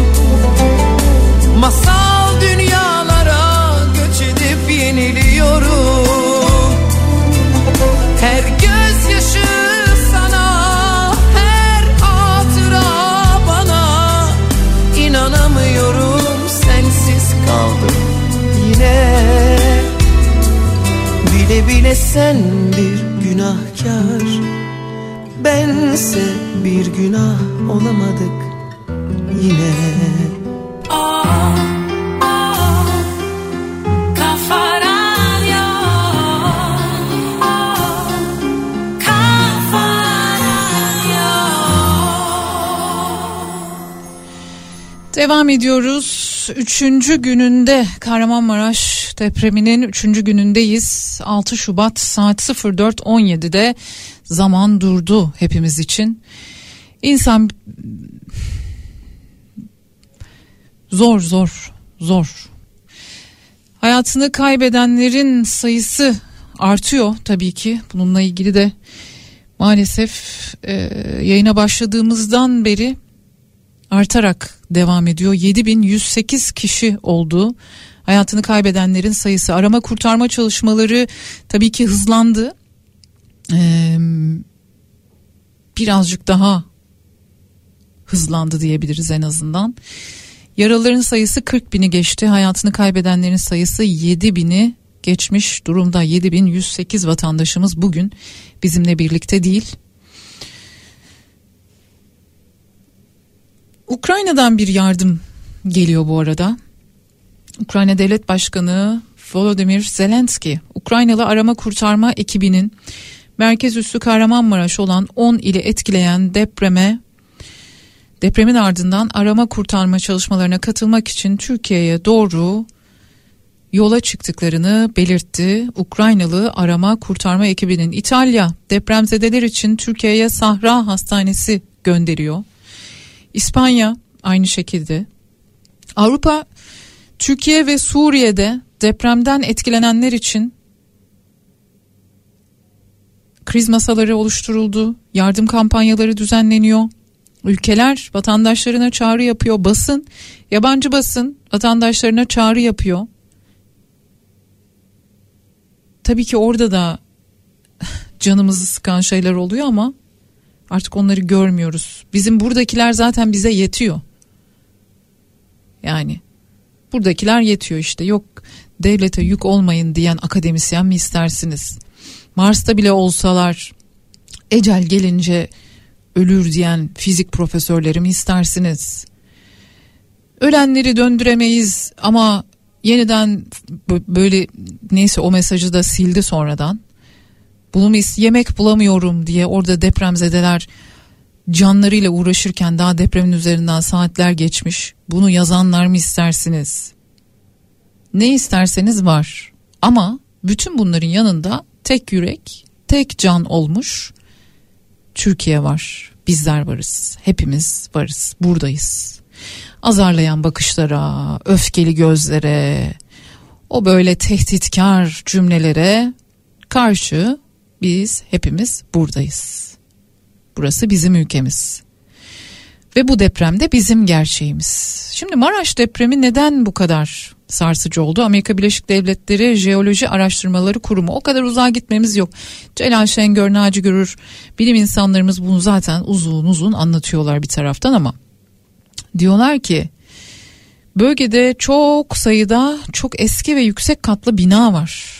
Masal dünyalara göç edip yeniliyorum. Her gözyaşı sana, her hatıra bana. İnanamıyorum, sensiz kaldım yine. Bile bile sen bir günahkar, bense bir günah olamadık yine. Ah, ah, Devam ediyoruz. Üçüncü gününde Kahramanmaraş depreminin üçüncü günündeyiz. altı Şubat saat sıfır dört on yedide zaman durdu hepimiz için. İnsan zor zor zor. Hayatını kaybedenlerin sayısı artıyor tabii ki. Bununla ilgili de maalesef e, yayına başladığımızdan beri artarak devam ediyor. yedi bin yüz sekiz kişi oldu hayatını kaybedenlerin sayısı. Arama kurtarma çalışmaları tabii ki hızlandı. Ee, birazcık daha hızlandı diyebiliriz en azından. Yaralıların sayısı kırk bini geçti. Hayatını kaybedenlerin sayısı yedi bini geçmiş durumda. yedi bin yüz sekiz vatandaşımız bugün bizimle birlikte değil. Ukrayna'dan bir yardım geliyor bu arada. Ukrayna Devlet Başkanı Volodymyr Zelenski, Ukraynalı arama kurtarma ekibinin merkez üssü Kahramanmaraş olan on ili etkileyen depreme, depremin ardından arama kurtarma çalışmalarına katılmak için Türkiye'ye doğru yola çıktıklarını belirtti. Ukraynalı arama kurtarma ekibinin İtalya depremzedeler için Türkiye'ye Sahra Hastanesi gönderiyor. İspanya aynı şekilde. Avrupa, Türkiye ve Suriye'de depremden etkilenenler için kriz masaları oluşturuldu. Yardım kampanyaları düzenleniyor. Ülkeler vatandaşlarına çağrı yapıyor. Basın, yabancı basın vatandaşlarına çağrı yapıyor. Tabii ki orada da canımızı sıkan şeyler oluyor ama artık onları görmüyoruz. Bizim buradakiler zaten bize yetiyor. Yani buradakiler yetiyor işte. Yok devlete yük olmayın diyen akademisyen mi istersiniz? Mars'ta bile olsalar ecel gelince ölür diyen fizik profesörleri mi istersiniz? Ölenleri döndüremeyiz ama yeniden böyle, neyse o mesajı da sildi sonradan. Bunu yemek bulamıyorum diye orada depremzedeler canlarıyla uğraşırken daha depremin üzerinden saatler geçmiş. Bunu yazanlar mı istersiniz? Ne isterseniz var. Ama bütün bunların yanında tek yürek, tek can olmuş Türkiye var. Bizler varız. Hepimiz varız. Buradayız. Azarlayan bakışlara, öfkeli gözlere, o böyle tehditkar cümlelere karşı biz hepimiz buradayız. Burası bizim ülkemiz. Ve bu deprem de bizim gerçeğimiz. Şimdi Maraş depremi neden bu kadar sarsıcı oldu? Amerika Birleşik Devletleri Jeoloji Araştırmaları Kurumu. O kadar uzağa gitmemiz yok. Celal Şengör, Naci Görür, bilim insanlarımız bunu zaten uzun uzun anlatıyorlar bir taraftan ama diyorlar ki bölgede çok sayıda çok eski ve yüksek katlı bina var.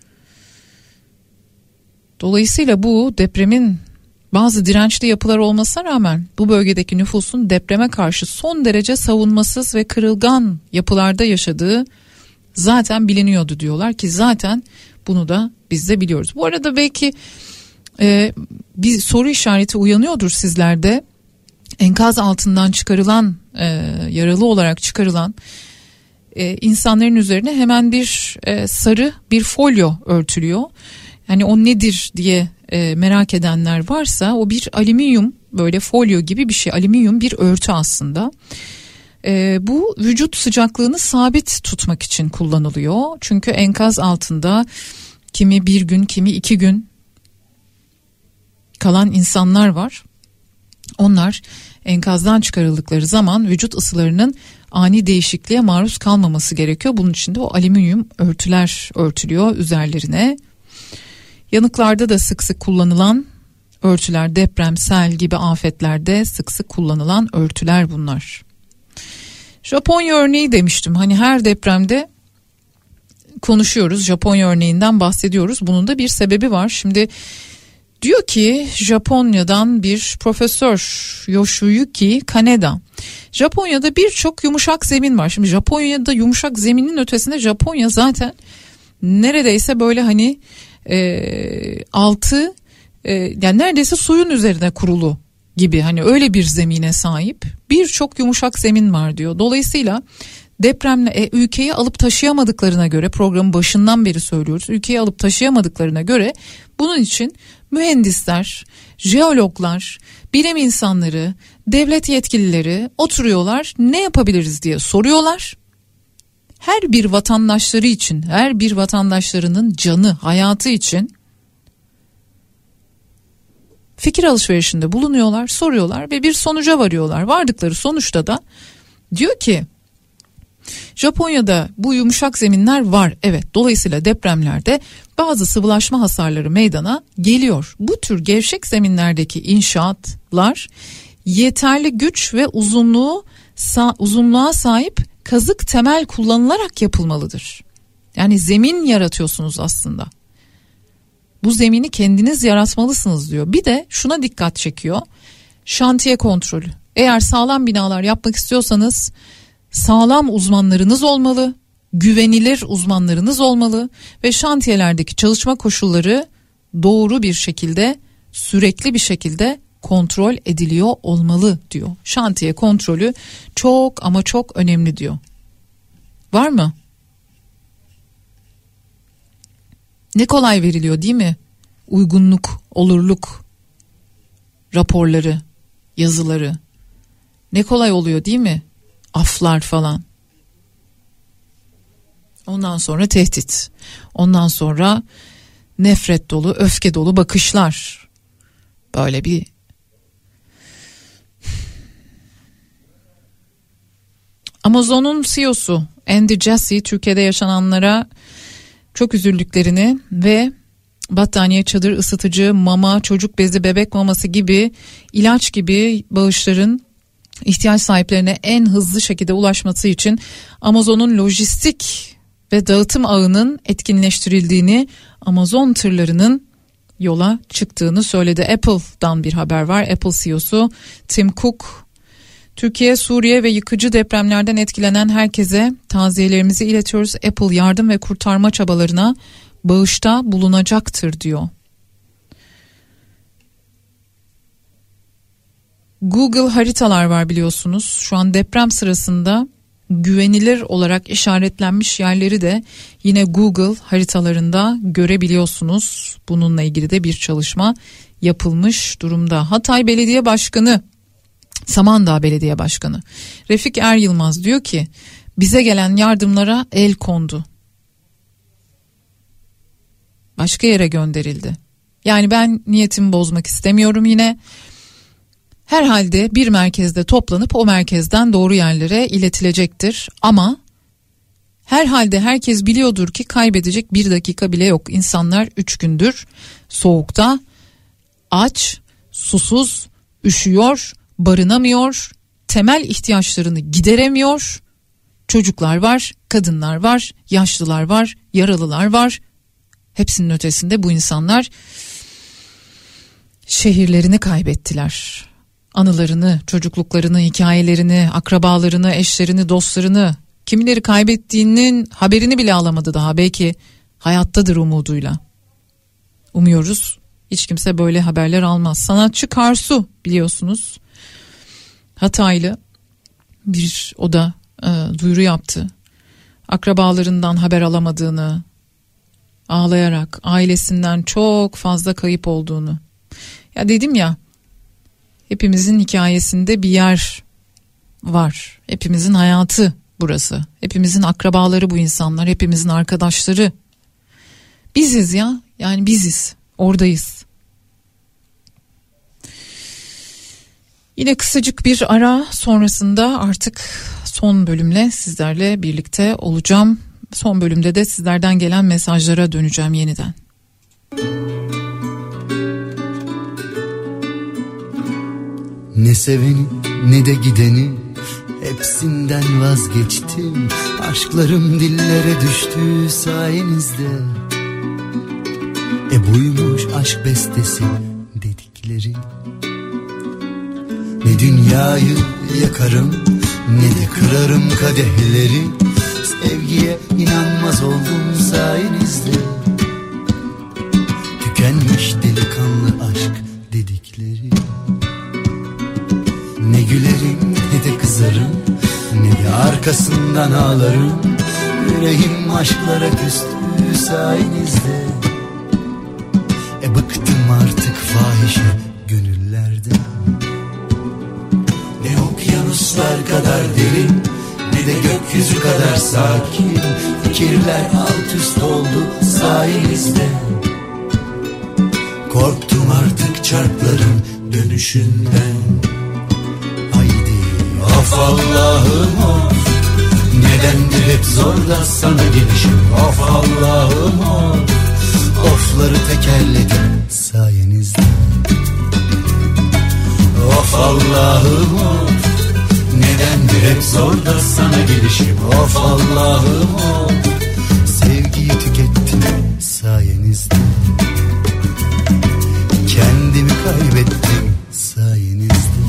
Dolayısıyla bu depremin bazı dirençli yapılar olmasına rağmen bu bölgedeki nüfusun depreme karşı son derece savunmasız ve kırılgan yapılarda yaşadığı zaten biliniyordu diyorlar ki zaten bunu da biz de biliyoruz. Bu arada belki e, bir soru işareti uyanıyordur sizlerde. Enkaz altından çıkarılan, e, yaralı olarak çıkarılan e, insanların üzerine hemen bir e, sarı bir folyo örtülüyor. Yani o nedir diye e, merak edenler varsa o bir alüminyum, böyle folyo gibi bir şey, alüminyum bir örtü aslında. E, bu vücut sıcaklığını sabit tutmak için kullanılıyor. Çünkü enkaz altında kimi bir gün kimi iki gün kalan insanlar var. Onlar enkazdan çıkarıldıkları zaman vücut ısılarının ani değişikliğe maruz kalmaması gerekiyor. Bunun için de o alüminyum örtüler örtülüyor üzerlerine. Yanıklarda da sık sık kullanılan örtüler, deprem, sel gibi afetlerde sık sık kullanılan örtüler bunlar. Japonya örneği demiştim. Hani her depremde konuşuyoruz. Japonya örneğinden bahsediyoruz. Bunun da bir sebebi var. Şimdi diyor ki Japonya'dan bir profesör Yoshiyuki Kaneda. Japonya'da birçok yumuşak zemin var. Şimdi Japonya'da yumuşak zeminin ötesinde Japonya zaten neredeyse böyle hani e, altı e, yani neredeyse suyun üzerine kurulu gibi, hani öyle bir zemine sahip birçok yumuşak zemin var diyor. Dolayısıyla depremle e, ülkeyi alıp taşıyamadıklarına göre, programın başından beri söylüyoruz, ülkeyi alıp taşıyamadıklarına göre bunun için mühendisler, jeologlar, bilim insanları, devlet yetkilileri oturuyorlar, ne yapabiliriz diye soruyorlar. Her bir vatandaşları için, her bir vatandaşlarının canı, hayatı için fikir alışverişinde bulunuyorlar, soruyorlar ve bir sonuca varıyorlar. Vardıkları sonuçta da diyor ki Japonya'da bu yumuşak zeminler var. Evet, dolayısıyla depremlerde bazı sıvılaşma hasarları meydana geliyor. Bu tür gevşek zeminlerdeki inşaatlar yeterli güç ve uzunluğu uzunluğa sahip kazık temel kullanılarak yapılmalıdır. Yani zemin yaratıyorsunuz aslında. Bu zemini kendiniz yaratmalısınız diyor. Bir de şuna dikkat çekiyor. Şantiye kontrolü. Eğer sağlam binalar yapmak istiyorsanız sağlam uzmanlarınız olmalı, güvenilir uzmanlarınız olmalı ve şantiyelerdeki çalışma koşulları doğru bir şekilde, sürekli bir şekilde kontrol ediliyor olmalı diyor. Şantiye kontrolü çok ama çok önemli diyor. Var mı? Ne kolay veriliyor değil mi? Uygunluk, olurluk raporları, yazıları. Ne kolay oluyor değil mi? Aflar falan. Ondan sonra tehdit. Ondan sonra nefret dolu, öfke dolu bakışlar. Böyle bir Amazon'un C E O'su Andy Jassy Türkiye'de yaşananlara çok üzüldüklerini ve battaniye, çadır, ısıtıcı, mama, çocuk bezi, bebek maması gibi, ilaç gibi bağışların ihtiyaç sahiplerine en hızlı şekilde ulaşması için Amazon'un lojistik ve dağıtım ağının etkinleştirildiğini, Amazon tırlarının yola çıktığını söyledi. Apple'dan bir haber var. Apple C E O'su Tim Cook, Türkiye, Suriye ve yıkıcı depremlerden etkilenen herkese taziyelerimizi iletiyoruz. Apple yardım ve kurtarma çabalarına bağışta bulunacaktır diyor. Google haritalar var biliyorsunuz. Şu an deprem sırasında güvenilir olarak işaretlenmiş yerleri de yine Google haritalarında görebiliyorsunuz. Bununla ilgili de bir çalışma yapılmış durumda. Hatay Belediye Başkanı, Samandağ Belediye Başkanı Refik Er Yılmaz diyor ki bize gelen yardımlara el kondu. Başka yere gönderildi. Yani ben niyetimi bozmak istemiyorum yine. Herhalde bir merkezde toplanıp o merkezden doğru yerlere iletilecektir. Ama herhalde herkes biliyordur ki kaybedecek bir dakika bile yok. İnsanlar üç gündür soğukta, aç, susuz, üşüyor, barınamıyor, temel ihtiyaçlarını gideremiyor. Çocuklar var, kadınlar var, yaşlılar var, yaralılar var. Hepsinin ötesinde bu insanlar şehirlerini kaybettiler. Anılarını, çocukluklarını, hikayelerini, akrabalarını, eşlerini, dostlarını, kimileri kaybettiğinin haberini bile alamadı daha. Belki hayattadır umuduyla. Umuyoruz hiç kimse böyle haberler almaz. Sanatçı Karsu biliyorsunuz, Hataylı, bir o da e, duyuru yaptı. Akrabalarından haber alamadığını, ağlayarak ailesinden çok fazla kayıp olduğunu. Ya dedim ya, hepimizin hikayesinde bir yer var. Hepimizin hayatı burası. Hepimizin akrabaları bu insanlar. Hepimizin arkadaşları. Biziz ya. Yani biziz. Oradayız. Yine kısacık bir ara sonrasında artık son bölümle sizlerle birlikte olacağım. Son bölümde de sizlerden gelen mesajlara döneceğim yeniden. Ne seveni ne de gideni, hepsinden vazgeçtim. Aşklarım dillere düştü sayenizde. E buymuş aşk bestesi dedikleri. Ne dünyayı yakarım ne de kırarım kadehleri. Sevgiye inanmaz oldum sayenizde. Tükenmiş delikanlı aşk dedikleri. yazarım, ne de arkasından ağlarım. Yüreğim aşklara küstü sayenizde. E bıktım artık fahişe gönüllerden. Ne okyanuslar kadar derin, ne de gökyüzü kadar sakin. Fikirler alt üst oldu sayenizde. Korktum artık çarkların dönüşünden. Haydi of Allah'ım of, nedendir hep zor da sana gelişim. Of Allah'ım of, ofları tekerledim sayenizde. Of Allah'ım of, nedendir hep zor da sana gelişim. Of Allah'ım of, sevgiyi tükettim sayenizde. Kendimi kaybettim sayenizde.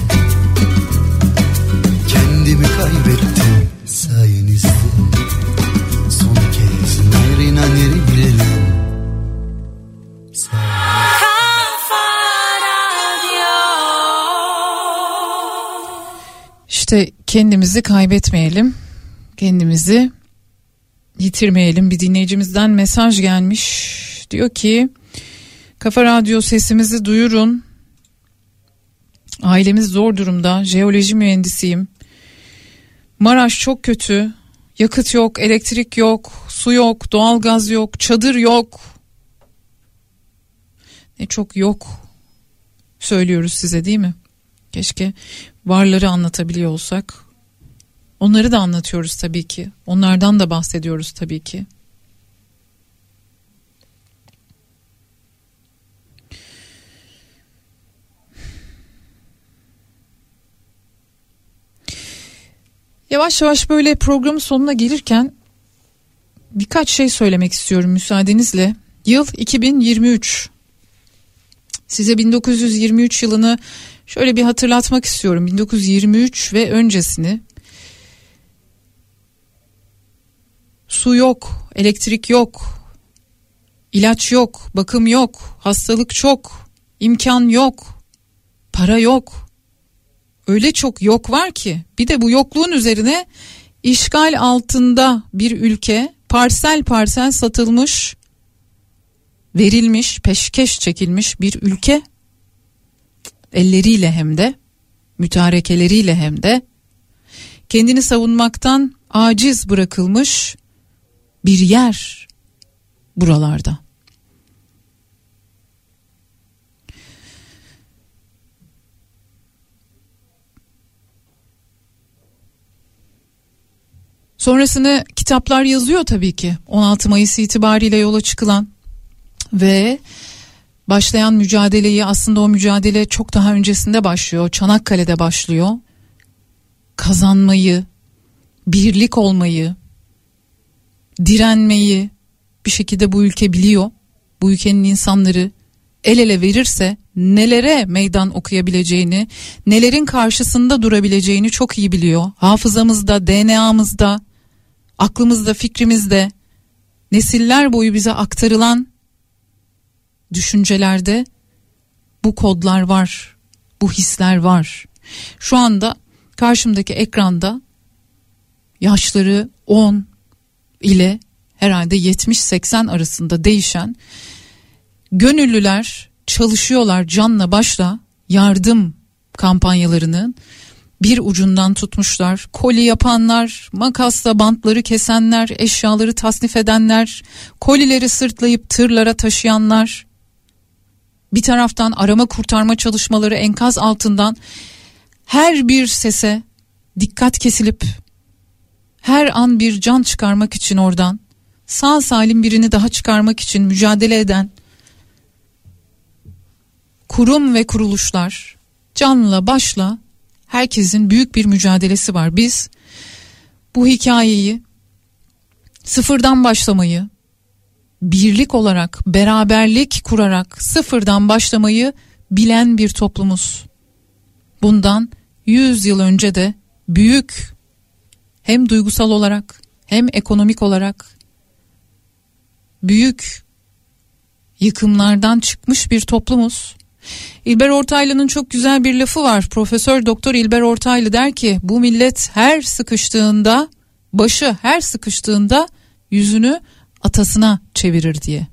Kendimi kaybettim sayenizde. Son kez neri neri bilelim. İşte kendimizi kaybetmeyelim, kendimizi yitirmeyelim. Bir dinleyicimizden mesaj gelmiş. Diyor ki, Kafa Radyo sesimizi duyurun. Ailemiz zor durumda. Jeoloji mühendisiyim. Maraş çok kötü. Yakıt yok, elektrik yok, su yok, doğalgaz yok, çadır yok. Ne çok yok söylüyoruz size, değil mi? Keşke varları anlatabiliyor olsak. Onları da anlatıyoruz tabii ki. Onlardan da bahsediyoruz tabii ki. Yavaş yavaş böyle programın sonuna gelirken birkaç şey söylemek istiyorum müsaadenizle. Yıl iki bin yirmi üç. Size bin dokuz yüz yirmi üç yılını şöyle bir hatırlatmak istiyorum. bin dokuz yüz yirmi üç ve öncesini. Su yok, elektrik yok, ilaç yok, bakım yok, hastalık çok, imkan yok, para yok. Öyle çok yok var ki, bir de bu yokluğun üzerine işgal altında bir ülke parsel parsel satılmış, verilmiş, peşkeş çekilmiş bir ülke. Elleriyle hem de, mütarekeleriyle hem de kendini savunmaktan aciz bırakılmış bir yer buralarda. Sonrasını kitaplar yazıyor tabii ki. on altı Mayıs itibariyle yola çıkılan ve başlayan mücadeleyi, aslında o mücadele çok daha öncesinde başlıyor. Çanakkale'de başlıyor. Kazanmayı, birlik olmayı, direnmeyi bir şekilde bu ülke biliyor. Bu ülkenin insanları el ele verirse nelere meydan okuyabileceğini, nelerin karşısında durabileceğini çok iyi biliyor. Hafızamızda, D N A'mızda, aklımızda, fikrimizde, nesiller boyu bize aktarılan düşüncelerde bu kodlar var, bu hisler var. Şu anda karşımdaki ekranda yaşları on ile herhalde yetmiş seksen arasında değişen gönüllüler çalışıyorlar canla başla, yardım kampanyalarının bir ucundan tutmuşlar. Koli yapanlar, makasla bantları kesenler, eşyaları tasnif edenler, kolileri sırtlayıp tırlara taşıyanlar. Bir taraftan arama kurtarma çalışmaları, enkaz altından her bir sese dikkat kesilip her an bir can çıkarmak için oradan sağ salim birini daha çıkarmak için mücadele eden kurum ve kuruluşlar, canla başla herkesin büyük bir mücadelesi var. Biz bu hikayeyi sıfırdan başlamayı, birlik olarak, beraberlik kurarak sıfırdan başlamayı bilen bir toplumuz. Bundan yüz yıl önce de büyük, hem duygusal olarak hem ekonomik olarak büyük yıkımlardan çıkmış bir toplumuz. İlber Ortaylı'nın çok güzel bir lafı var. Profesör Doktor İlber Ortaylı der ki bu millet her sıkıştığında, başı her sıkıştığında yüzünü atasına çevirir diye.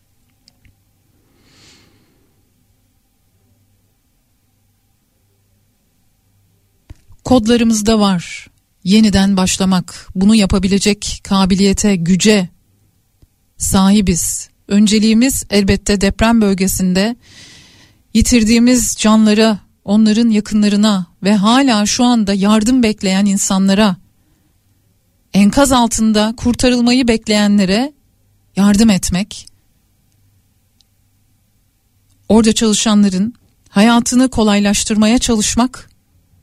Kodlarımızda var. Yeniden başlamak, bunu yapabilecek kabiliyete, güce sahibiz. Önceliğimiz elbette deprem bölgesinde yitirdiğimiz canlara, onların yakınlarına ve hala şu anda yardım bekleyen insanlara, enkaz altında kurtarılmayı bekleyenlere yardım etmek. Orada çalışanların hayatını kolaylaştırmaya çalışmak.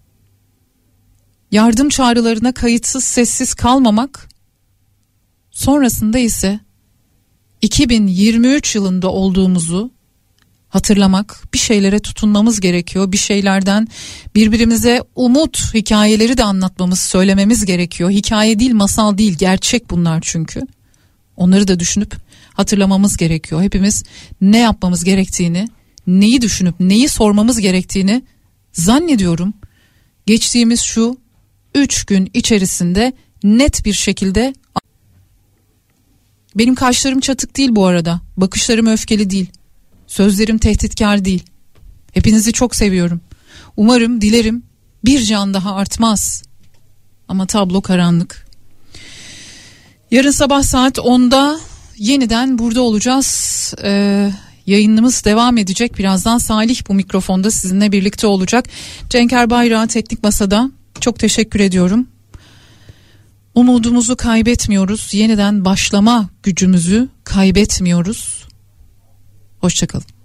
Yardım çağrılarına kayıtsız sessiz kalmamak, sonrasında ise iki bin yirmi üç yılında olduğumuzu hatırlamak, bir şeylere tutunmamız gerekiyor. Bir şeylerden birbirimize umut hikayeleri de anlatmamız, söylememiz gerekiyor. Hikaye değil, masal değil, gerçek bunlar çünkü. Onları da düşünüp hatırlamamız gerekiyor. Hepimiz ne yapmamız gerektiğini, neyi düşünüp neyi sormamız gerektiğini zannediyorum geçtiğimiz şu üç gün içerisinde net bir şekilde. Benim kaşlarım çatık değil bu arada. Bakışlarım öfkeli değil. Sözlerim tehditkar değil. Hepinizi çok seviyorum. Umarım, dilerim bir can daha artmaz. Ama tablo karanlık. Yarın sabah saat onda yeniden burada olacağız. Ee, yayınımız devam edecek. Birazdan Salih bu mikrofonda sizinle birlikte olacak. Cenker Bayrak'a teknik masada çok teşekkür ediyorum. Umudumuzu kaybetmiyoruz. Yeniden başlama gücümüzü kaybetmiyoruz. Hoşça kalın.